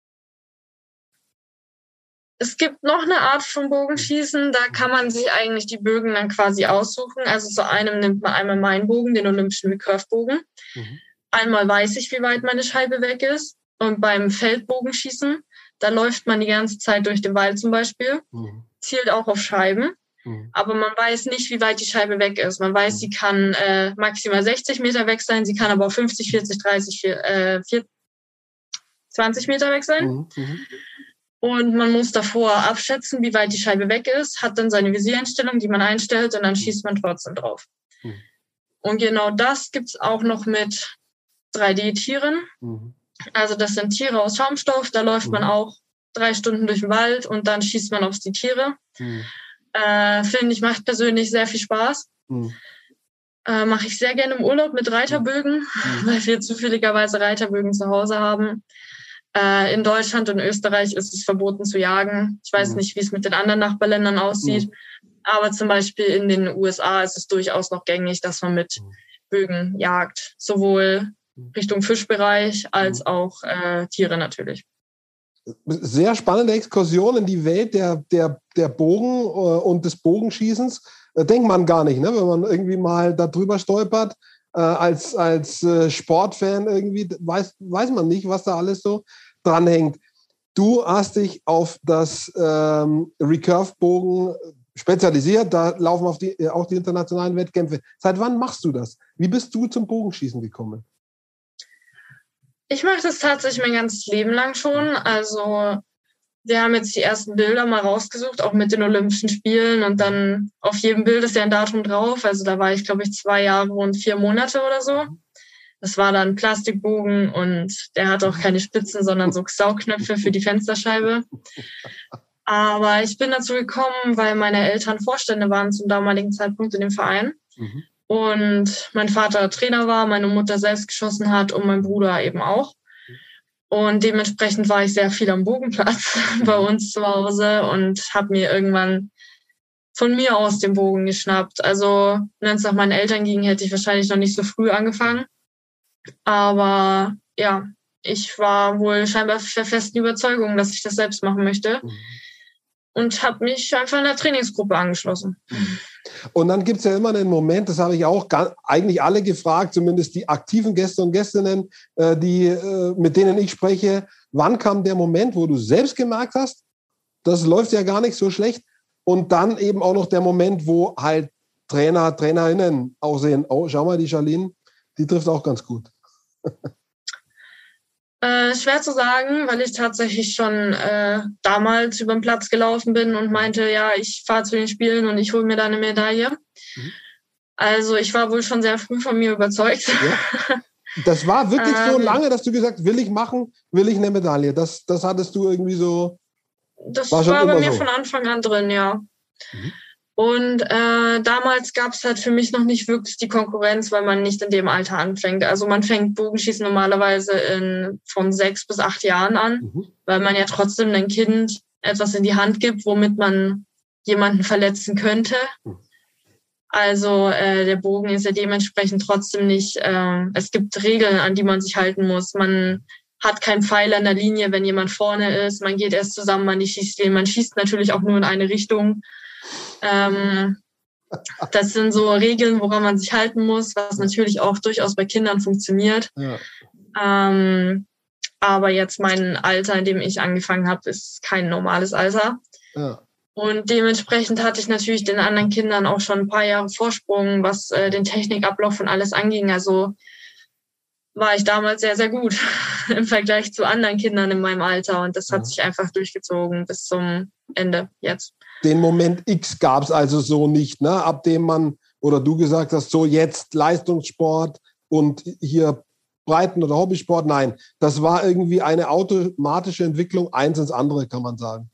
Es gibt noch eine Art von Bogenschießen, da kann man sich eigentlich die Bögen dann quasi aussuchen. Also zu einem nimmt man einmal meinen Bogen, den olympischen Recurve-Bogen. Mhm. Einmal weiß ich, wie weit meine Scheibe weg ist. Und beim Feldbogenschießen, da läuft man die ganze Zeit durch den Wald zum Beispiel, mhm. zielt auch auf Scheiben. Mhm. Aber man weiß nicht, wie weit die Scheibe weg ist. Man weiß, mhm. sie kann äh, maximal sechzig Meter weg sein, sie kann aber auch fünfzig, vierzig, dreißig, äh, vierzig, zwanzig Meter weg sein. Mhm. Mhm. Und man muss davor abschätzen, wie weit die Scheibe weg ist, hat dann seine Visiereinstellung, die man einstellt, und dann schießt man trotzdem drauf. Mhm. Und genau das gibt's auch noch mit drei D-Tieren. Mhm. Also das sind Tiere aus Schaumstoff, da läuft mhm. man auch drei Stunden durch den Wald und dann schießt man auf die Tiere. Mhm. Äh, finde ich, macht persönlich sehr viel Spaß. Mhm. Äh, mache ich sehr gerne im Urlaub mit Reiterbögen, mhm. weil wir zufälligerweise Reiterbögen zu Hause haben. Äh, in Deutschland und Österreich ist es verboten zu jagen. Ich weiß mhm. nicht, wie es mit den anderen Nachbarländern aussieht. Mhm. Aber zum Beispiel in den U S A ist es durchaus noch gängig, dass man mit mhm. Bögen jagt. Sowohl Richtung Fischbereich als mhm. auch äh, Tiere natürlich. Sehr spannende Exkursion in die Welt der, der, der Bogen äh, und des Bogenschießens. Äh, denkt man gar nicht, ne? Wenn man irgendwie mal da drüber stolpert. Äh, als als äh, Sportfan irgendwie weiß, weiß man nicht, was da alles so dranhängt. Du hast dich auf das ähm, Recurve-Bogen spezialisiert. Da laufen auf die, auch die internationalen Wettkämpfe. Seit wann machst du das? Wie bist du zum Bogenschießen gekommen? Ich mache das tatsächlich mein ganzes Leben lang schon. Also wir haben jetzt die ersten Bilder mal rausgesucht, auch mit den Olympischen Spielen. Und dann auf jedem Bild ist ja ein Datum drauf. Also da war ich, glaube ich, zwei Jahre und vier Monate oder so. Das war dann Plastikbogen und der hat auch keine Spitzen, sondern so Saugknöpfe für die Fensterscheibe. Aber ich bin dazu gekommen, weil meine Eltern Vorstände waren zum damaligen Zeitpunkt in dem Verein. Mhm. Und mein Vater Trainer war, meine Mutter selbst geschossen hat und mein Bruder eben auch. Und dementsprechend war ich sehr viel am Bogenplatz bei uns zu Hause und habe mir irgendwann von mir aus den Bogen geschnappt. Also wenn es nach meinen Eltern ging, hätte ich wahrscheinlich noch nicht so früh angefangen. Aber ja, ich war wohl scheinbar der festen Überzeugung, dass ich das selbst machen möchte. Und habe mich einfach in der Trainingsgruppe angeschlossen. Und dann gibt es ja immer einen Moment, das habe ich auch gar, eigentlich alle gefragt, zumindest die aktiven Gäste und Gästinnen, äh, die, äh, mit denen ich spreche. Wann kam der Moment, wo du selbst gemerkt hast, das läuft ja gar nicht so schlecht? Und dann eben auch noch der Moment, wo halt Trainer, Trainerinnen auch sehen, oh, schau mal, die Charlene, die trifft auch ganz gut. Äh, schwer zu sagen, weil ich tatsächlich schon äh, damals über den Platz gelaufen bin und meinte, ja, ich fahre zu den Spielen und ich hole mir da eine Medaille. Mhm. Also ich war wohl schon sehr früh von mir überzeugt. Ja. Das war wirklich ähm, so lange, dass du gesagt, will ich machen, will ich eine Medaille. Das, das hattest du irgendwie so... Das war, war bei mir so von Anfang an drin, ja. Mhm. Und äh, damals gab es halt für mich noch nicht wirklich die Konkurrenz, weil man nicht in dem Alter anfängt. Also man fängt Bogenschießen normalerweise in, von sechs bis acht Jahren an, mhm. weil man ja trotzdem einem Kind etwas in die Hand gibt, womit man jemanden verletzen könnte. Mhm. Also äh, der Bogen ist ja dementsprechend trotzdem nicht, äh, es gibt Regeln, an die man sich halten muss. Man hat keinen Pfeil an der Linie, wenn jemand vorne ist. Man geht erst zusammen an die Schießlinie. Man schießt natürlich auch nur in eine Richtung. Ähm, das sind so Regeln, woran man sich halten muss, was natürlich auch durchaus bei Kindern funktioniert. Ja. Ähm, aber jetzt mein Alter, in dem ich angefangen habe, ist kein normales Alter. Ja. Und dementsprechend hatte ich natürlich den anderen Kindern auch schon ein paar Jahre Vorsprung, was äh, den Technikablauf und alles anging. Also war ich damals sehr, sehr gut im Vergleich zu anderen Kindern in meinem Alter. Und das hat ja. sich einfach durchgezogen bis zum Ende jetzt. Den Moment X gab es also so nicht, ne? Ab dem man, oder du gesagt hast, so jetzt Leistungssport und hier Breiten- oder Hobbysport. Nein, das war irgendwie eine automatische Entwicklung, eins ins andere, kann man sagen.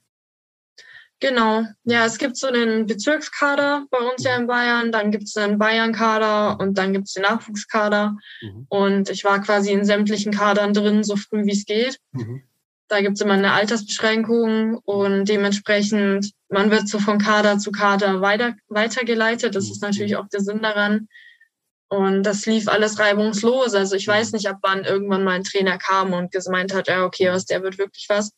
Genau. Ja, es gibt so einen Bezirkskader bei uns ja in Bayern, dann gibt es einen Bayern-Kader und dann gibt es den Nachwuchskader. Mhm. Und ich war quasi in sämtlichen Kadern drin, so früh wie es geht. Mhm. Da gibt es immer eine Altersbeschränkung und dementsprechend, man wird so von Kader zu Kader weiter, weitergeleitet. Das ist natürlich auch der Sinn daran. Und das lief alles reibungslos. Also ich weiß nicht, ab wann irgendwann mal ein Trainer kam und gemeint hat, ja, okay, was, der wird wirklich was.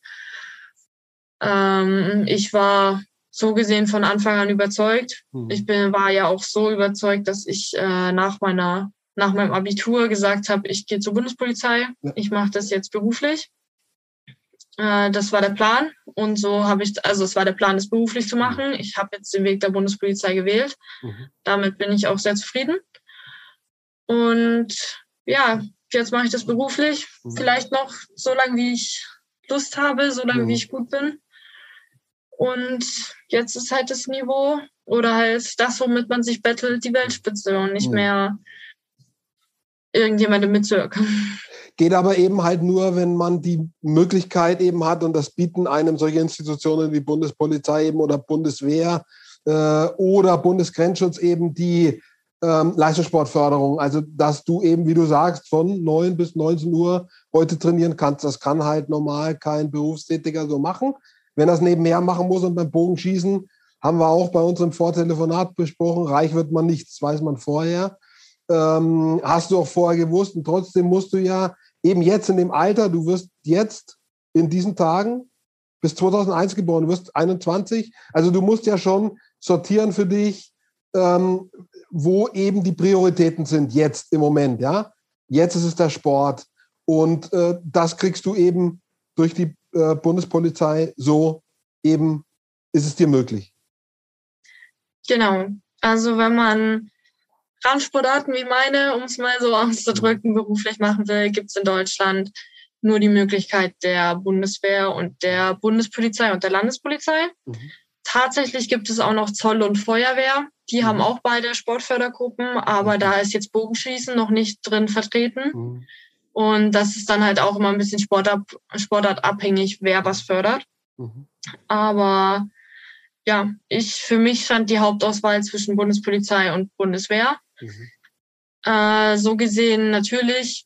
Ähm, ich war so gesehen von Anfang an überzeugt. Mhm. Ich bin, war ja auch so überzeugt, dass ich äh, nach meiner, nach meinem Abitur gesagt habe, ich gehe zur Bundespolizei. Ja. Ich mache das jetzt beruflich. Das war der Plan und so habe ich, also es war der Plan, das beruflich zu machen. Ich habe jetzt den Weg der Bundespolizei gewählt. Mhm. Damit bin ich auch sehr zufrieden. Und ja, jetzt mache ich das beruflich. Mhm. Vielleicht noch so lange, wie ich Lust habe, so lange, mhm. wie ich gut bin. Und jetzt ist halt das Niveau oder halt das, womit man sich bettelt, die Weltspitze und nicht mhm. mehr irgendjemand im Bezirk. Geht aber eben halt nur, wenn man die Möglichkeit eben hat und das bieten einem solche Institutionen wie Bundespolizei eben oder Bundeswehr äh, oder Bundesgrenzschutz eben die ähm, Leistungssportförderung. Also dass du eben, wie du sagst, von neun bis neunzehn Uhr heute trainieren kannst. Das kann halt normal kein Berufstätiger so machen. Wenn er es nebenher machen muss und beim Bogenschießen, haben wir auch bei uns im Vortelefonat besprochen, reich wird man nicht, das weiß man vorher. Ähm, hast du auch vorher gewusst und trotzdem musst du ja eben jetzt in dem Alter, du wirst jetzt in diesen Tagen bis zweitausendeins geboren, du wirst einundzwanzig, also du musst ja schon sortieren für dich, ähm, wo eben die Prioritäten sind jetzt im Moment, ja. Jetzt ist es der Sport und äh, das kriegst du eben durch die äh, Bundespolizei so eben, ist es dir möglich. Genau. Also wenn man Randsportarten wie meine, um es mal so auszudrücken, beruflich machen will, gibt es in Deutschland nur die Möglichkeit der Bundeswehr und der Bundespolizei und der Landespolizei. Mhm. Tatsächlich gibt es auch noch Zoll und Feuerwehr. Die mhm. haben auch beide Sportfördergruppen, aber mhm. da ist jetzt Bogenschießen noch nicht drin vertreten. Mhm. Und das ist dann halt auch immer ein bisschen Sportart, sportartabhängig, wer was fördert. Mhm. Aber ja, ich, für mich stand die Hauptauswahl zwischen Bundespolizei und Bundeswehr. Mhm. Äh, so gesehen natürlich,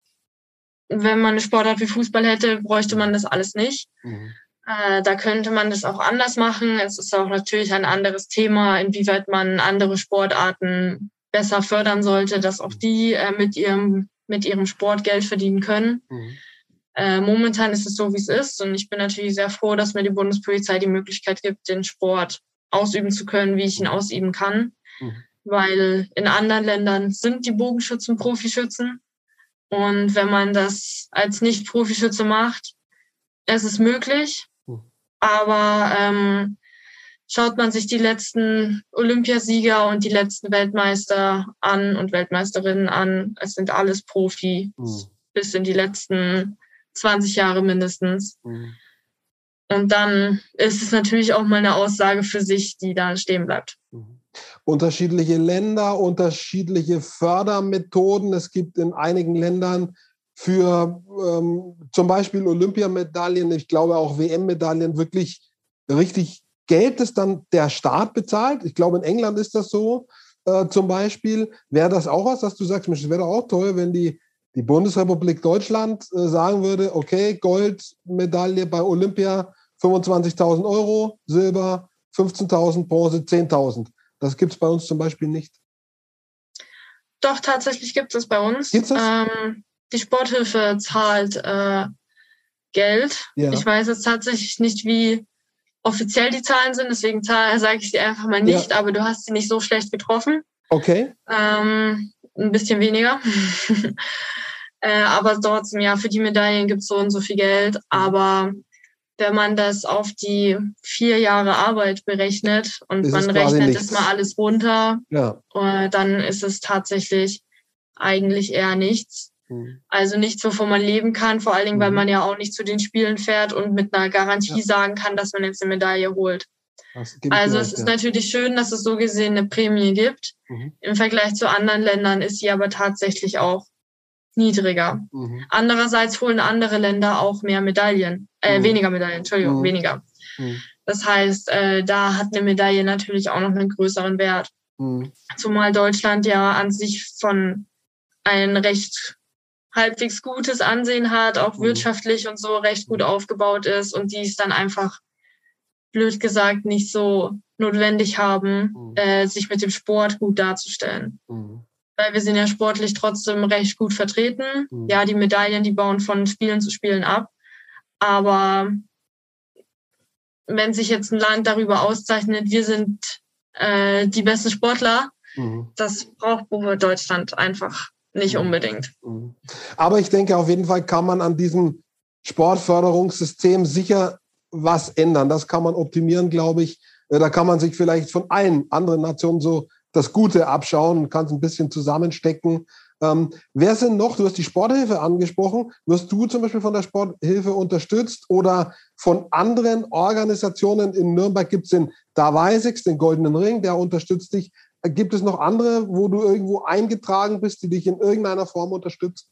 wenn man eine Sportart wie Fußball hätte, bräuchte man das alles nicht. Mhm. Äh, da könnte man das auch anders machen. Es ist auch natürlich ein anderes Thema, inwieweit man andere Sportarten besser fördern sollte, dass auch die äh, mit ihrem, mit ihrem Sport Geld verdienen können. Mhm. Äh, momentan ist es so, wie es ist. Und ich bin natürlich sehr froh, dass mir die Bundespolizei die Möglichkeit gibt, den Sport ausüben zu können, wie ich ihn ausüben kann. Mhm. Weil in anderen Ländern sind die Bogenschützen Profischützen. Und wenn man das als Nicht-Profischütze macht, es ist möglich. Mhm. Aber ähm, schaut man sich die letzten Olympiasieger und die letzten Weltmeister an und Weltmeisterinnen an, es sind alles Profi, mhm. bis in die letzten zwanzig Jahre mindestens. Mhm. Und dann ist es natürlich auch mal eine Aussage für sich, die da stehen bleibt. Mhm. Unterschiedliche Länder, unterschiedliche Fördermethoden. Es gibt in einigen Ländern für ähm, zum Beispiel Olympiamedaillen, ich glaube auch W M-Medaillen, wirklich richtig Geld, das dann der Staat bezahlt. Ich glaube, in England ist das so äh, zum Beispiel. Wäre das auch was, dass du sagst, Mensch, das wäre doch auch toll, wenn die die Bundesrepublik Deutschland äh, sagen würde, okay, Goldmedaille bei Olympia fünfundzwanzigtausend Euro, Silber fünfzehntausend, Bronze zehntausend. Das gibt es bei uns zum Beispiel nicht. Doch, tatsächlich gibt es bei uns. Gibt's das? Ähm, die Sporthilfe zahlt äh, Geld. Ja. Ich weiß jetzt tatsächlich nicht, wie offiziell die Zahlen sind, deswegen sage ich sie einfach mal nicht, ja. Aber du hast sie nicht so schlecht getroffen. Okay. Ähm, ein bisschen weniger. äh, aber trotzdem, ja, für die Medaillen gibt es so und so viel Geld. Aber wenn man das auf die vier Jahre Arbeit berechnet und ist man rechnet das mal alles runter, ja. äh, dann ist es tatsächlich eigentlich eher nichts. Mhm. Also nichts, wovon man leben kann, vor allen Dingen, mhm. weil man ja auch nicht zu den Spielen fährt und mit einer Garantie ja. sagen kann, dass man jetzt eine Medaille holt. Also es ist ja. natürlich schön, dass es so gesehen eine Prämie gibt. Mhm. Im Vergleich zu anderen Ländern ist sie aber tatsächlich auch niedriger. Mhm. Andererseits holen andere Länder auch mehr Medaillen, äh, mhm. weniger Medaillen, Entschuldigung, mhm. weniger. Mhm. Das heißt, äh, da hat eine Medaille natürlich auch noch einen größeren Wert. Mhm. Zumal Deutschland ja an sich von ein recht halbwegs gutes Ansehen hat, auch mhm. wirtschaftlich und so recht gut aufgebaut ist und die es dann einfach blöd gesagt nicht so notwendig haben, mhm. äh, sich mit dem Sport gut darzustellen. Mhm. Weil wir sind ja sportlich trotzdem recht gut vertreten. Mhm. Ja, die Medaillen, die bauen von Spielen zu Spielen ab. Aber wenn sich jetzt ein Land darüber auszeichnet, wir sind äh, die besten Sportler, mhm. das braucht Deutschland einfach nicht mhm. unbedingt. Mhm. Aber ich denke, auf jeden Fall kann man an diesem Sportförderungssystem sicher was ändern. Das kann man optimieren, glaube ich. Da kann man sich vielleicht von allen anderen Nationen so das Gute abschauen und kann es ein bisschen zusammenstecken. Ähm, wer sind noch? Du hast die Sporthilfe angesprochen. Wirst du zum Beispiel von der Sporthilfe unterstützt oder von anderen Organisationen? In Nürnberg gibt es den Davaisex, den Goldenen Ring, der unterstützt dich. Gibt es noch andere, wo du irgendwo eingetragen bist, die dich in irgendeiner Form unterstützen?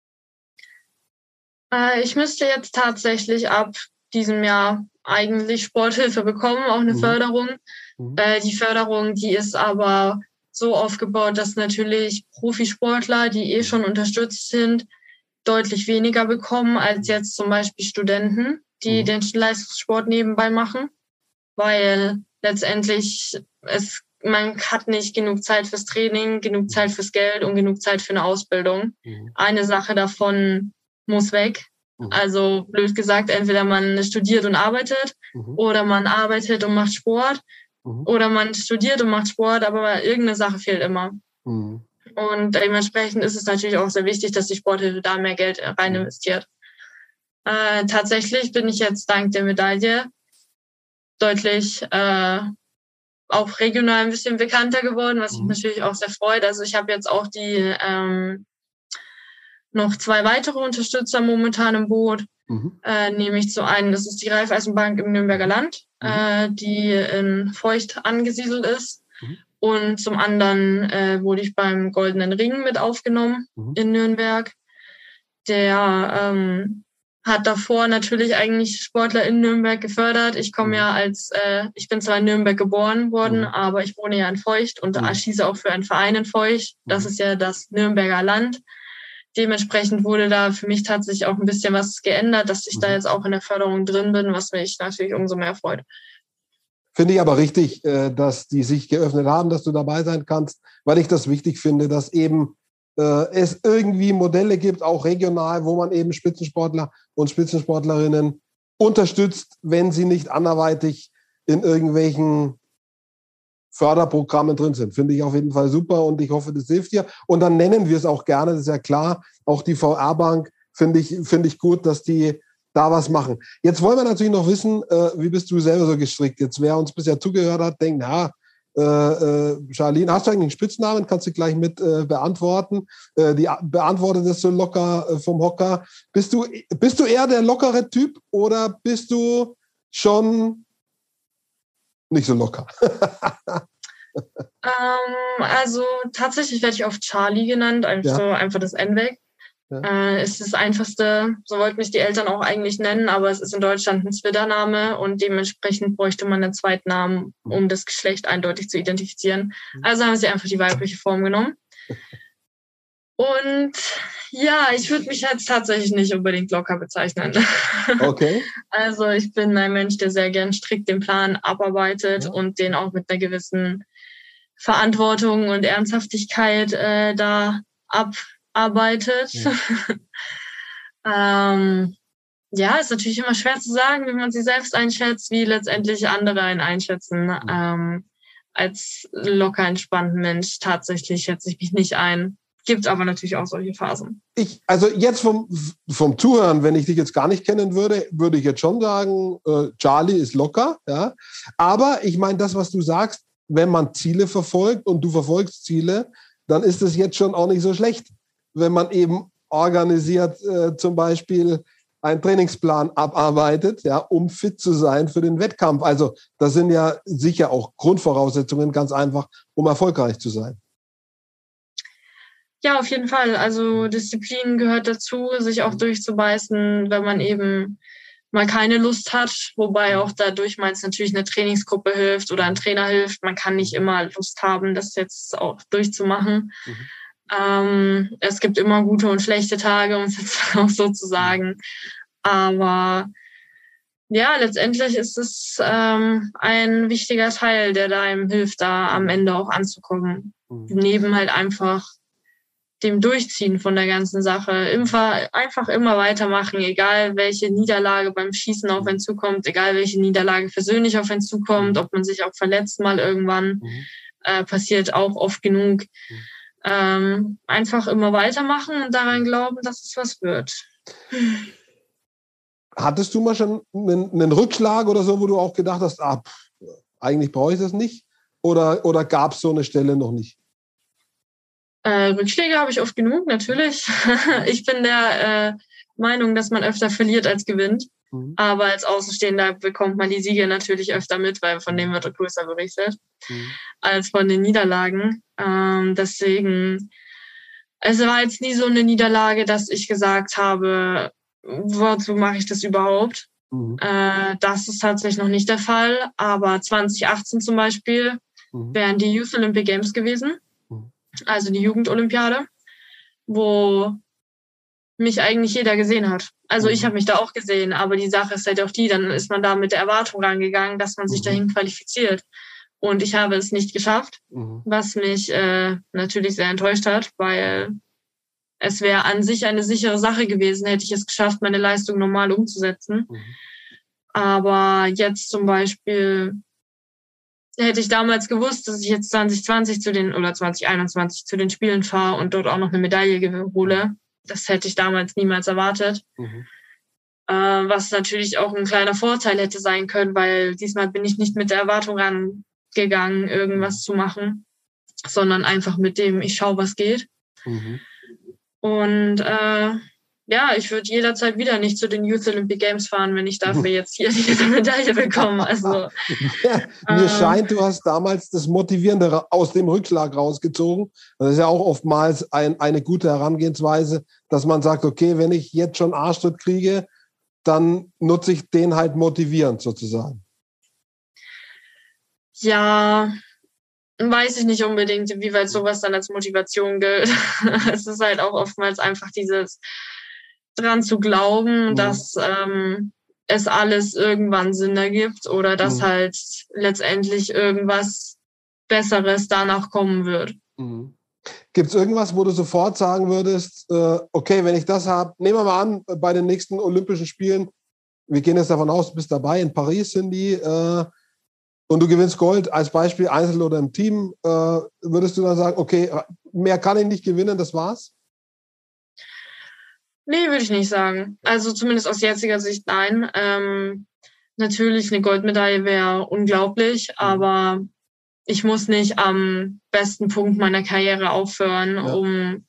Äh, ich müsste jetzt tatsächlich ab diesem Jahr eigentlich Sporthilfe bekommen, auch eine mhm. Förderung. Mhm. Äh, die Förderung, die ist aber so aufgebaut, dass natürlich Profisportler, die eh schon unterstützt sind, deutlich weniger bekommen als jetzt zum Beispiel Studenten, die mhm. den Leistungssport nebenbei machen, weil letztendlich es, man hat nicht genug Zeit fürs Training, genug Zeit fürs Geld und genug Zeit für eine Ausbildung. Mhm. Eine Sache davon muss weg. Mhm. Also blöd gesagt, entweder man studiert und arbeitet mhm. oder man arbeitet und macht Sport mhm. oder man studiert und macht Sport, aber irgendeine Sache fehlt immer. Mhm. Und dementsprechend ist es natürlich auch sehr wichtig, dass die Sporthilfe da mehr Geld rein investiert. Äh, tatsächlich bin ich jetzt dank der Medaille deutlich äh, auch regional ein bisschen bekannter geworden, was mich natürlich auch sehr freut. Also ich habe jetzt auch die ähm, noch zwei weitere Unterstützer momentan im Boot. Mhm. Äh, nämlich zu einem, das ist die Raiffeisenbank im Nürnberger Land, mhm. äh, die in Feucht angesiedelt ist. Mhm. Und zum anderen äh, wurde ich beim Goldenen Ring mit aufgenommen mhm. in Nürnberg. Der ähm, hat davor natürlich eigentlich Sportler in Nürnberg gefördert. Ich komme mhm. ja als, äh, ich bin zwar in Nürnberg geboren worden, mhm. aber ich wohne ja in Feucht und mhm. schieße auch für einen Verein in Feucht. Das mhm. ist ja das Nürnberger Land. Dementsprechend wurde da für mich tatsächlich auch ein bisschen was geändert, dass ich mhm. da jetzt auch in der Förderung drin bin, was mich natürlich umso mehr freut. Finde ich aber richtig, dass die sich geöffnet haben, dass du dabei sein kannst, weil ich das wichtig finde, dass eben äh, es irgendwie Modelle gibt, auch regional, wo man eben Spitzensportler und Spitzensportlerinnen unterstützt, wenn sie nicht anderweitig in irgendwelchen Förderprogrammen drin sind. Finde ich auf jeden Fall super und ich hoffe, das hilft dir. Und dann nennen wir es auch gerne, das ist ja klar, auch die V R-Bank finde ich, finde ich gut, dass die da was machen. Jetzt wollen wir natürlich noch wissen, äh, wie bist du selber so gestrickt? Jetzt, wer uns bisher zugehört hat, denkt, na, äh, äh, Charlene, hast du eigentlich einen Spitznamen? Kannst du gleich mit äh, beantworten. Äh, die beantwortet das so locker äh, vom Hocker. Bist du, bist du eher der lockere Typ oder bist du schon nicht so locker? ähm, also tatsächlich werde ich oft Charlie genannt, einfach ja. so einfach das N weg. Ja. Äh, es ist das Einfachste, so wollten mich die Eltern auch eigentlich nennen, aber es ist in Deutschland ein Twitter-Name und dementsprechend bräuchte man einen Zweitnamen, um das Geschlecht eindeutig zu identifizieren. Also haben sie einfach die weibliche Form genommen. Und ja, ich würde mich jetzt tatsächlich nicht unbedingt locker bezeichnen. Okay. Also ich bin ein Mensch, der sehr gern strikt den Plan abarbeitet ja. und den auch mit einer gewissen Verantwortung und Ernsthaftigkeit äh, da abarbeitet. Ja. ähm, ja, ist natürlich immer schwer zu sagen, wie man sie selbst einschätzt, wie letztendlich andere einen einschätzen. Ja. Ähm, als locker entspannten Mensch tatsächlich schätze ich mich nicht ein. Gibt aber natürlich auch solche Phasen. Ich, also jetzt vom, vom Zuhören, wenn ich dich jetzt gar nicht kennen würde, würde ich jetzt schon sagen, äh, Charlie ist locker. Ja. Aber ich meine, das, was du sagst, wenn man Ziele verfolgt und du verfolgst Ziele, dann ist es jetzt schon auch nicht so schlecht, wenn man eben organisiert äh, zum Beispiel einen Trainingsplan abarbeitet, ja, um fit zu sein für den Wettkampf. Also das sind ja sicher auch Grundvoraussetzungen, ganz einfach, um erfolgreich zu sein. Ja, auf jeden Fall. Also Disziplin gehört dazu, sich auch durchzubeißen, wenn man eben mal keine Lust hat. Wobei auch dadurch meins natürlich eine Trainingsgruppe hilft oder ein Trainer hilft. Man kann nicht immer Lust haben, das jetzt auch durchzumachen. Mhm. Ähm, es gibt immer gute und schlechte Tage, um es jetzt auch so zu sagen. Aber ja, letztendlich ist es ähm, ein wichtiger Teil, der da einem hilft, da am Ende auch anzukommen. Mhm. Neben halt einfach dem Durchziehen von der ganzen Sache. Einfach immer weitermachen, egal welche Niederlage beim Schießen auf einen zukommt, egal welche Niederlage persönlich auf einen zukommt, ob man sich auch verletzt mal irgendwann, mhm. äh, passiert auch oft genug. Mhm. Ähm, einfach immer weitermachen und daran glauben, dass es was wird. Hattest du mal schon einen, einen Rückschlag oder so, wo du auch gedacht hast, ah, pff, eigentlich brauche ich das nicht? Oder, oder gab es so eine Stelle noch nicht? Äh, Rückschläge habe ich oft genug, natürlich. Ich bin der äh, Meinung, dass man öfter verliert als gewinnt. Mhm. Aber als Außenstehender bekommt man die Siege natürlich öfter mit, weil von denen wird größer berichtet, mhm. als von den Niederlagen. Ähm, deswegen, es war jetzt nie so eine Niederlage, dass ich gesagt habe, wozu mache ich das überhaupt? Mhm. Äh, das ist tatsächlich noch nicht der Fall. Aber zwanzig achtzehn zum Beispiel Mhm. wären die Youth Olympic Games gewesen, Mhm. also die Jugendolympiade, wo mich eigentlich jeder gesehen hat. Also Mhm. ich habe mich da auch gesehen, aber die Sache ist halt auch die, dann ist man da mit der Erwartung rangegangen, dass man sich Mhm. dahin qualifiziert. Und ich habe es nicht geschafft, Mhm. was mich äh, natürlich sehr enttäuscht hat, weil es wäre an sich eine sichere Sache gewesen, hätte ich es geschafft, meine Leistung normal umzusetzen. Mhm. Aber jetzt zum Beispiel hätte ich damals gewusst, dass ich jetzt zwanzig zwanzig zu den oder zwanzig einundzwanzig zu den Spielen fahre und dort auch noch eine Medaille hole. Das hätte ich damals niemals erwartet. Mhm. Äh, was natürlich auch ein kleiner Vorteil hätte sein können, weil diesmal bin ich nicht mit der Erwartung rangegangen, irgendwas zu machen, sondern einfach mit dem, ich schaue, was geht. Mhm. Und äh, ja, ich würde jederzeit wieder nicht zu den Youth Olympic Games fahren, wenn ich dafür jetzt hier diese Medaille bekomme. Also ja, mir äh, scheint, du hast damals das Motivierende aus dem Rückschlag rausgezogen. Das ist ja auch oftmals ein, eine gute Herangehensweise, dass man sagt, okay, wenn ich jetzt schon Arschtritt kriege, dann nutze ich den halt motivierend sozusagen. Ja, weiß ich nicht unbedingt, inwieweit sowas dann als Motivation gilt. Es ist halt auch oftmals einfach dieses dran zu glauben, Mhm. dass ähm, es alles irgendwann Sinn ergibt oder dass Mhm. halt letztendlich irgendwas Besseres danach kommen wird. Mhm. Gibt es irgendwas, wo du sofort sagen würdest, äh, okay, wenn ich das habe, nehmen wir mal an, bei den nächsten Olympischen Spielen, wir gehen jetzt davon aus, du bist dabei, in Paris sind die, äh, und du gewinnst Gold, als Beispiel einzeln oder im Team, äh, würdest du dann sagen, okay, mehr kann ich nicht gewinnen, das war's? Nee, würde ich nicht sagen. Also zumindest aus jetziger Sicht nein. Ähm, natürlich, eine Goldmedaille wäre unglaublich, Mhm. aber ich muss nicht am besten Punkt meiner Karriere aufhören, Ja. um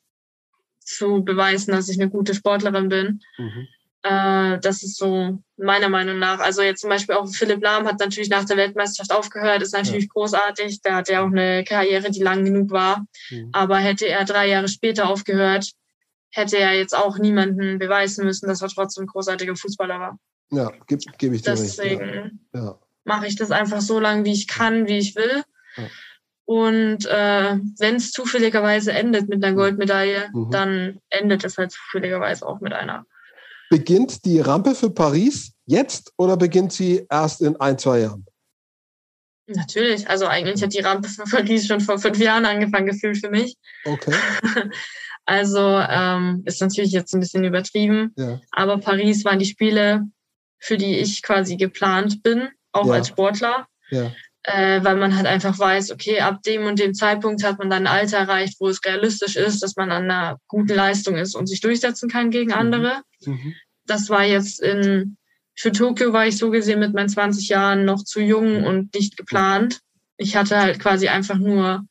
zu beweisen, dass ich eine gute Sportlerin bin. Mhm. Äh, das ist so meiner Meinung nach. Also jetzt zum Beispiel auch Philipp Lahm hat natürlich nach der Weltmeisterschaft aufgehört, ist natürlich Ja. großartig. Der hat ja auch eine Karriere, die lang genug war. Mhm. Aber hätte er drei Jahre später aufgehört, hätte er jetzt auch niemanden beweisen müssen, dass er trotzdem ein großartiger Fußballer war. Ja, gebe geb ich dir Deswegen recht. Ja. Ja. mache ich das einfach so lange, wie ich kann, wie ich will. Ja. Und äh, wenn es zufälligerweise endet mit einer Goldmedaille, Mhm. dann endet es halt zufälligerweise auch mit einer. Beginnt die Rampe für Paris jetzt oder beginnt sie erst in ein, zwei Jahren? Natürlich, also eigentlich hat die Rampe für Paris schon vor fünf Jahren angefangen gefühlt für mich. Okay. Also ähm, ist natürlich jetzt ein bisschen übertrieben, Ja. aber Paris waren die Spiele, für die ich quasi geplant bin, auch Ja. als Sportler. Ja. Äh, weil man halt einfach weiß, okay, ab dem und dem Zeitpunkt hat man dann ein Alter erreicht, wo es realistisch ist, dass man an einer guten Leistung ist und sich durchsetzen kann gegen andere. Mhm. Das war jetzt in, für Tokio war ich so gesehen mit meinen zwanzig Jahren noch zu jung und nicht geplant. Ich hatte halt quasi einfach nur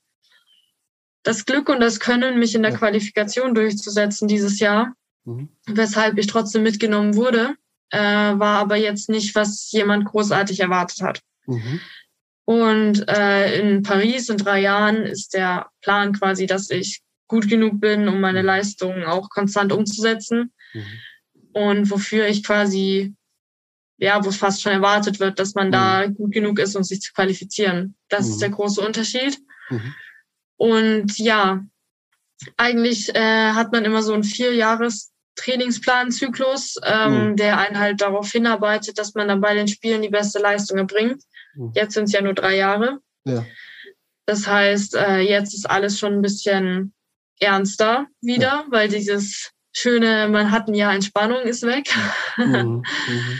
das Glück und das Können, mich in der Ja. Qualifikation durchzusetzen dieses Jahr, Mhm. weshalb ich trotzdem mitgenommen wurde, äh, war aber jetzt nicht, was jemand großartig erwartet hat. Mhm. Und äh, in Paris in drei Jahren ist der Plan quasi, dass ich gut genug bin, um meine Leistungen auch konstant umzusetzen. Mhm. Und wofür ich quasi, ja, wo es fast schon erwartet wird, dass man Mhm. da gut genug ist, um sich zu qualifizieren. Das Mhm. ist der große Unterschied. Mhm. Und ja, eigentlich äh, hat man immer so einen Vier-Jahres-Trainingsplan-Zyklus, ähm, Mhm. der einen halt darauf hinarbeitet, dass man dann bei den Spielen die beste Leistung erbringt. Mhm. Jetzt sind es ja nur drei Jahre. Ja. Das heißt, äh, jetzt ist alles schon ein bisschen ernster wieder, Ja. weil dieses schöne, man hat ein Jahr Entspannung ist weg. Mhm. Mhm.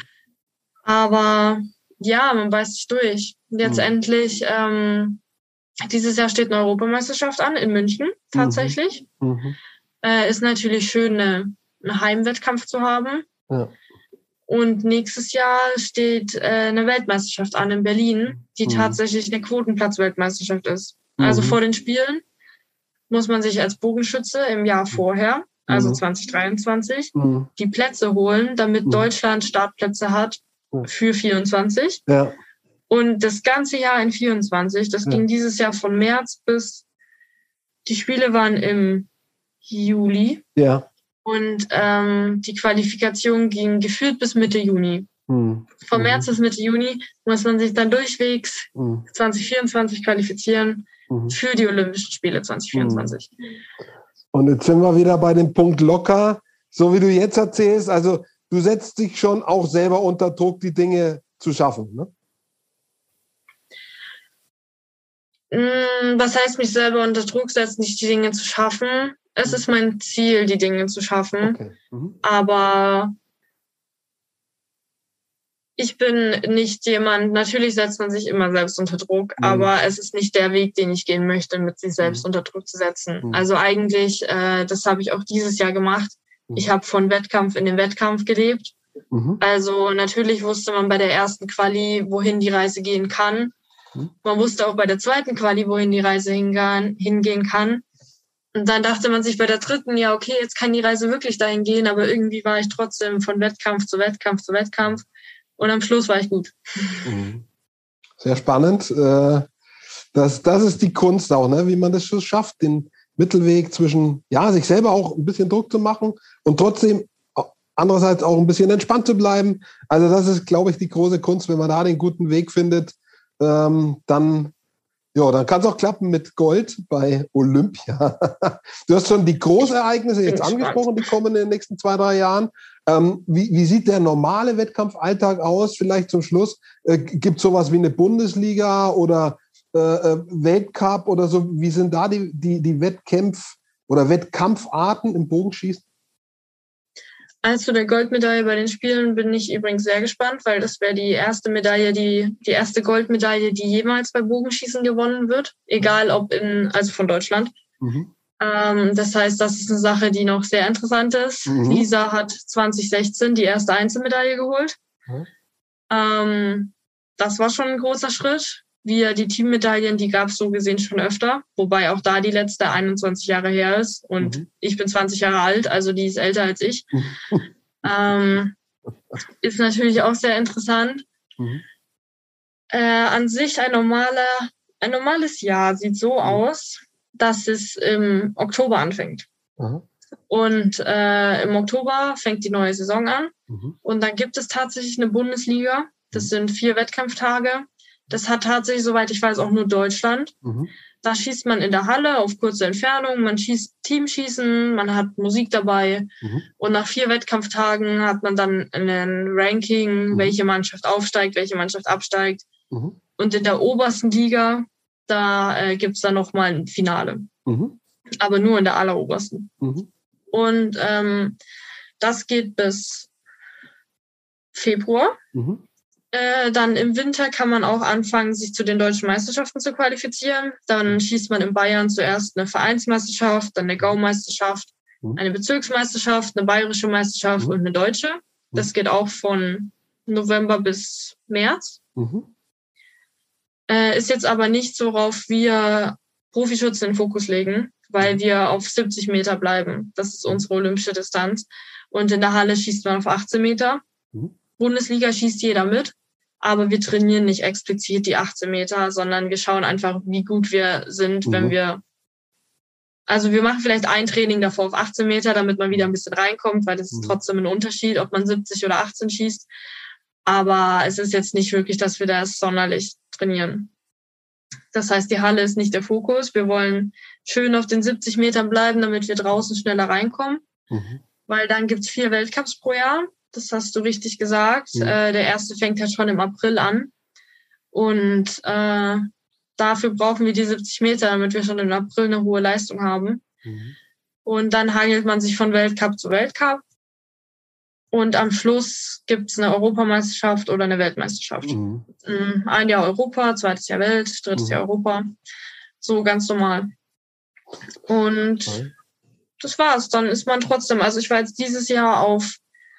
Aber ja, man beißt sich durch. Letztendlich, ähm, dieses Jahr steht eine Europameisterschaft an in München tatsächlich. Mhm. Äh, ist natürlich schön, eine, einen Heimwettkampf zu haben. Ja. Und nächstes Jahr steht äh, eine Weltmeisterschaft an in Berlin, die Mhm. tatsächlich eine Quotenplatz-Weltmeisterschaft ist. Also Mhm. vor den Spielen muss man sich als Bogenschütze im Jahr vorher, also Mhm. zwanzig dreiundzwanzig, Mhm. die Plätze holen, damit Mhm. Deutschland Startplätze hat für vierundzwanzig. Ja. Und das ganze Jahr in vierundzwanzig, das Ja. ging dieses Jahr von März bis, die Spiele waren im Juli Ja. und ähm, die Qualifikation ging geführt bis Mitte Juni. Mhm. Von Mhm. März bis Mitte Juni muss man sich dann durchwegs Mhm. zwanzig vierundzwanzig qualifizieren Mhm. für die Olympischen Spiele zwanzig vierundzwanzig. Und jetzt sind wir wieder bei dem Punkt locker, so wie du jetzt erzählst. Also du setzt dich schon auch selber unter Druck, die Dinge zu schaffen, ne? Was heißt mich selber unter Druck setzen, nicht die Dinge zu schaffen? Es Mhm. ist mein Ziel, die Dinge zu schaffen. Okay. Mhm. Aber ich bin nicht jemand, natürlich setzt man sich immer selbst unter Druck, Mhm. aber es ist nicht der Weg, den ich gehen möchte, mit sich selbst Mhm. unter Druck zu setzen. Mhm. Also eigentlich, äh, das habe ich auch dieses Jahr gemacht. Mhm. Ich habe von Wettkampf in den Wettkampf gelebt. Mhm. Also natürlich wusste man bei der ersten Quali, wohin die Reise gehen kann. Mhm. Man wusste auch bei der zweiten Quali, wohin die Reise hingehen, hingehen kann. Und dann dachte man sich bei der dritten, ja okay, jetzt kann die Reise wirklich dahin gehen, aber irgendwie war ich trotzdem von Wettkampf zu Wettkampf zu Wettkampf. Und am Schluss war ich gut. Mhm. Sehr spannend. Das, das ist die Kunst auch, ne? Wie man das schon schafft, den Mittelweg zwischen, ja, sich selber auch ein bisschen Druck zu machen und trotzdem andererseits auch ein bisschen entspannt zu bleiben. Also das ist, glaube ich, die große Kunst. Wenn man da den guten Weg findet, ähm, dann, ja, dann kann es auch klappen mit Gold bei Olympia. Du hast schon die Großereignisse jetzt angesprochen, die kommen in den nächsten zwei, drei Jahren. Ähm, wie, wie sieht der normale Wettkampfalltag aus? Vielleicht zum Schluss. Äh, gibt es sowas wie eine Bundesliga oder äh, Weltcup oder so? Wie sind da die, die, die Wettkämpf- oder Wettkampfarten im Bogenschießen? Also der Goldmedaille bei den Spielen bin ich übrigens sehr gespannt, weil das wäre die erste Medaille, die die erste Goldmedaille, die jemals bei Bogenschießen gewonnen wird, egal ob in, also von Deutschland. Mhm. Ähm, das heißt, das ist eine Sache, die noch sehr interessant ist. Mhm. Lisa hat zwanzig sechzehn die erste Einzelmedaille geholt. Mhm. Ähm, das war schon ein großer Schritt. Wir, die Teammedaillen, die gab es so gesehen schon öfter, wobei auch da die letzte einundzwanzig Jahre her ist und Mhm. ich bin zwanzig Jahre alt, also die ist älter als ich. ähm, ist natürlich auch sehr interessant. Mhm. Äh, an sich ein normaler, ein normales Jahr sieht so Mhm. aus, dass es im Oktober anfängt. Mhm. Und äh, im Oktober fängt die neue Saison an. Mhm. Und dann gibt es tatsächlich eine Bundesliga. Das sind vier Wettkampftage. Das hat tatsächlich, soweit ich weiß, auch nur Deutschland. Mhm. Da schießt man in der Halle auf kurze Entfernung, man schießt Teamschießen, man hat Musik dabei. Mhm. Und nach vier Wettkampftagen hat man dann ein Ranking, Mhm. welche Mannschaft aufsteigt, welche Mannschaft absteigt. Mhm. Und in der obersten Liga, da äh, gibt's dann nochmal ein Finale. Mhm. Aber nur in der allerobersten. Mhm. Und ähm, das geht bis Februar. Mhm. Äh, dann im Winter kann man auch anfangen, sich zu den deutschen Meisterschaften zu qualifizieren. Dann schießt man in Bayern zuerst eine Vereinsmeisterschaft, dann eine Gaumeisterschaft, Mhm. eine Bezirksmeisterschaft, eine bayerische Meisterschaft Mhm. und eine deutsche. Das geht auch von November bis März. Mhm. Äh, ist jetzt aber nicht so, worauf wir Profischützen in den Fokus legen, weil wir auf siebzig Meter bleiben. Das ist unsere olympische Distanz. Und in der Halle schießt man auf achtzehn Meter. Mhm. Bundesliga schießt jeder mit. Aber wir trainieren nicht explizit die achtzehn Meter, sondern wir schauen einfach, wie gut wir sind, Mhm. wenn wir, also wir machen vielleicht ein Training davor auf achtzehn Meter, damit man wieder ein bisschen reinkommt, weil das ist Mhm. trotzdem ein Unterschied, ob man siebzig oder achtzehn schießt. Aber es ist jetzt nicht wirklich, dass wir das sonderlich trainieren. Das heißt, die Halle ist nicht der Fokus. Wir wollen schön auf den siebzig Metern bleiben, damit wir draußen schneller reinkommen. Mhm. Weil dann gibt's vier Weltcups pro Jahr. Das hast du richtig gesagt. Mhm. Äh, der erste fängt halt schon im April an. Und äh, dafür brauchen wir die siebzig Meter, damit wir schon im April eine hohe Leistung haben. Mhm. Und dann hangelt man sich von Weltcup zu Weltcup. Und am Schluss gibt's eine Europameisterschaft oder eine Weltmeisterschaft. Mhm. Ein Jahr Europa, zweites Jahr Welt, drittes Mhm. Jahr Europa. So ganz normal. Und Okay. das war's. Dann ist man trotzdem, also ich war jetzt dieses Jahr auf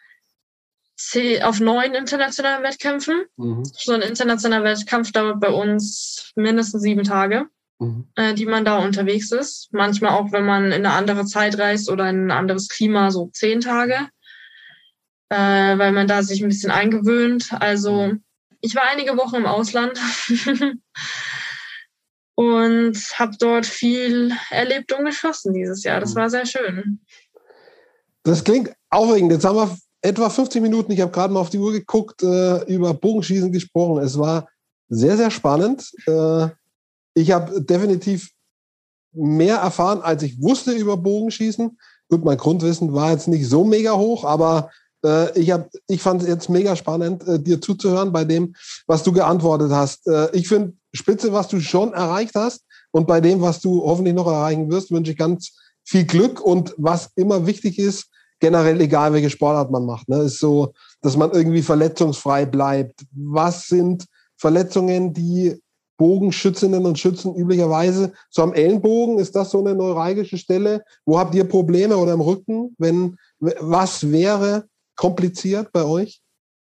zehn, auf neun internationalen Wettkämpfen. Mhm. So ein internationaler Wettkampf dauert bei uns mindestens sieben Tage, Mhm. äh, die man da unterwegs ist. Manchmal auch, wenn man in eine andere Zeit reist oder in ein anderes Klima, so zehn Tage, äh, weil man da sich ein bisschen eingewöhnt. Also ich war einige Wochen im Ausland und habe dort viel erlebt und geschossen dieses Jahr. Das war sehr schön. Das klingt aufregend. Jetzt haben wir etwa fünfzig Minuten, ich habe gerade mal auf die Uhr geguckt, äh, über Bogenschießen gesprochen. Es war sehr, sehr spannend. Äh, ich habe definitiv mehr erfahren, als ich wusste über Bogenschießen. Gut, mein Grundwissen war jetzt nicht so mega hoch, aber äh, ich, hab, ich fand es jetzt mega spannend, äh, dir zuzuhören bei dem, was du geantwortet hast. Äh, ich finde spitze, was du schon erreicht hast, und bei dem, was du hoffentlich noch erreichen wirst, wünsche ich ganz viel Glück. Und was immer wichtig ist, generell egal, welche Sportart man macht, ne, ist so, dass man irgendwie verletzungsfrei bleibt. Was sind Verletzungen, die Bogenschützinnen und Schützen üblicherweise so am Ellenbogen? Ist das so eine neuralgische Stelle? Wo habt ihr Probleme, oder im Rücken? Wenn, was wäre kompliziert bei euch?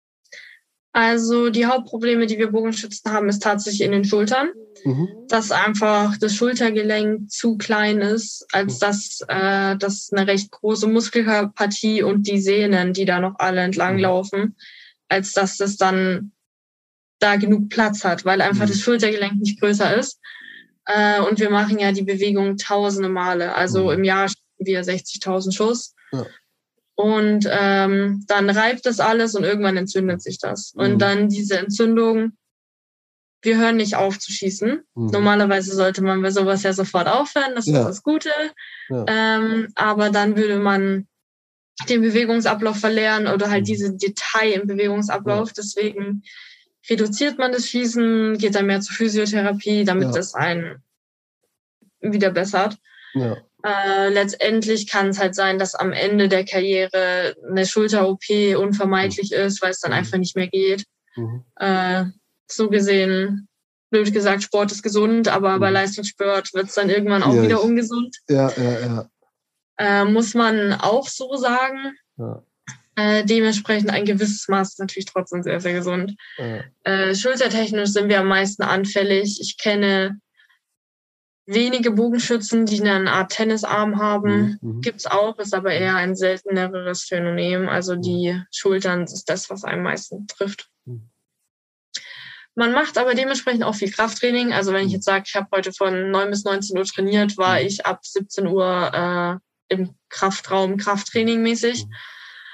Also die Hauptprobleme, die wir Bogenschützen haben, ist tatsächlich in den Schultern. Mhm. Dass einfach das Schultergelenk zu klein ist, als dass äh, das eine recht große Muskelpartie und die Sehnen, die da noch alle entlang laufen, als dass das dann da genug Platz hat, weil einfach mhm. das Schultergelenk nicht größer ist. Äh, und wir machen ja die Bewegung tausende Male. Also mhm. im Jahr schieben wir sechzigtausend Schuss. Ja. Und ähm, dann reibt das alles und irgendwann entzündet sich das. Und mhm. dann diese Entzündung, wir hören nicht auf zu schießen. Mhm. Normalerweise sollte man bei sowas ja sofort aufhören, das ja. ist das Gute. Ja. Ähm, aber dann würde man den Bewegungsablauf verlieren oder halt mhm. diese Detail im Bewegungsablauf. Ja. Deswegen reduziert man das Schießen, geht dann mehr zur Physiotherapie, damit ja. das einen wieder bessert. Ja. Äh, letztendlich kann es halt sein, dass am Ende der Karriere eine Schulter-O P unvermeidlich mhm. ist, weil es dann mhm. einfach nicht mehr geht. Mhm. Äh, so gesehen, blöd gesagt, Sport ist gesund, aber mhm. bei Leistungssport wird es dann irgendwann auch ja, wieder ungesund. Ja, ja, ja. Äh, muss man auch so sagen. Ja. Äh, dementsprechend ein gewisses Maß ist natürlich trotzdem sehr, sehr gesund. Ja. Äh, schultertechnisch sind wir am meisten anfällig. Ich kenne wenige Bogenschützen, die eine Art Tennisarm haben. Mhm. Gibt's auch, ist aber eher ein selteneres Phänomen. Also die mhm. Schultern ist das, was am meisten trifft. Mhm. Man macht aber dementsprechend auch viel Krafttraining. Also wenn ich jetzt sage, ich habe heute von neun bis neunzehn Uhr trainiert, war mhm. ich ab siebzehn Uhr äh, im Kraftraum Krafttraining mäßig. Mhm.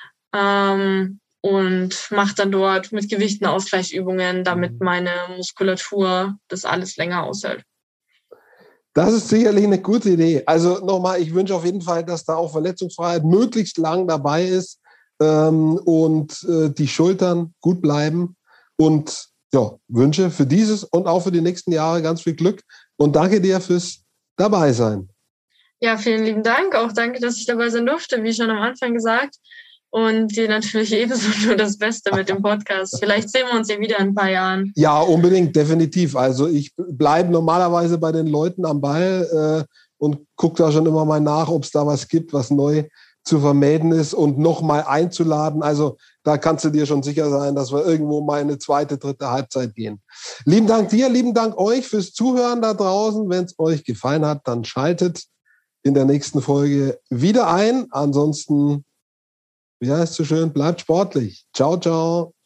Ähm, und mache dann dort mit Gewichten Ausgleichsübungen, damit meine Muskulatur das alles länger aushält. Das ist sicherlich eine gute Idee. Also nochmal, ich wünsche auf jeden Fall, dass da auch Verletzungsfreiheit möglichst lang dabei ist ähm, und äh, die Schultern gut bleiben. Und ja, wünsche für dieses und auch für die nächsten Jahre ganz viel Glück. Und danke dir fürs Dabeisein. Ja, vielen lieben Dank. Auch danke, dass ich dabei sein durfte, wie schon am Anfang gesagt. Und dir natürlich ebenso nur das Beste mit dem Podcast. Vielleicht sehen wir uns ja wieder in ein paar Jahren. Ja, unbedingt, definitiv. Also ich bleibe normalerweise bei den Leuten am Ball äh, und gucke da schon immer mal nach, ob es da was gibt, was neu zu vermelden ist und nochmal einzuladen. Also da kannst du dir schon sicher sein, dass wir irgendwo mal in eine zweite, dritte Halbzeit gehen. Lieben Dank dir, lieben Dank euch fürs Zuhören da draußen. Wenn es euch gefallen hat, dann schaltet in der nächsten Folge wieder ein. Ansonsten, wie heißt es so schön, bleibt sportlich. Ciao, ciao.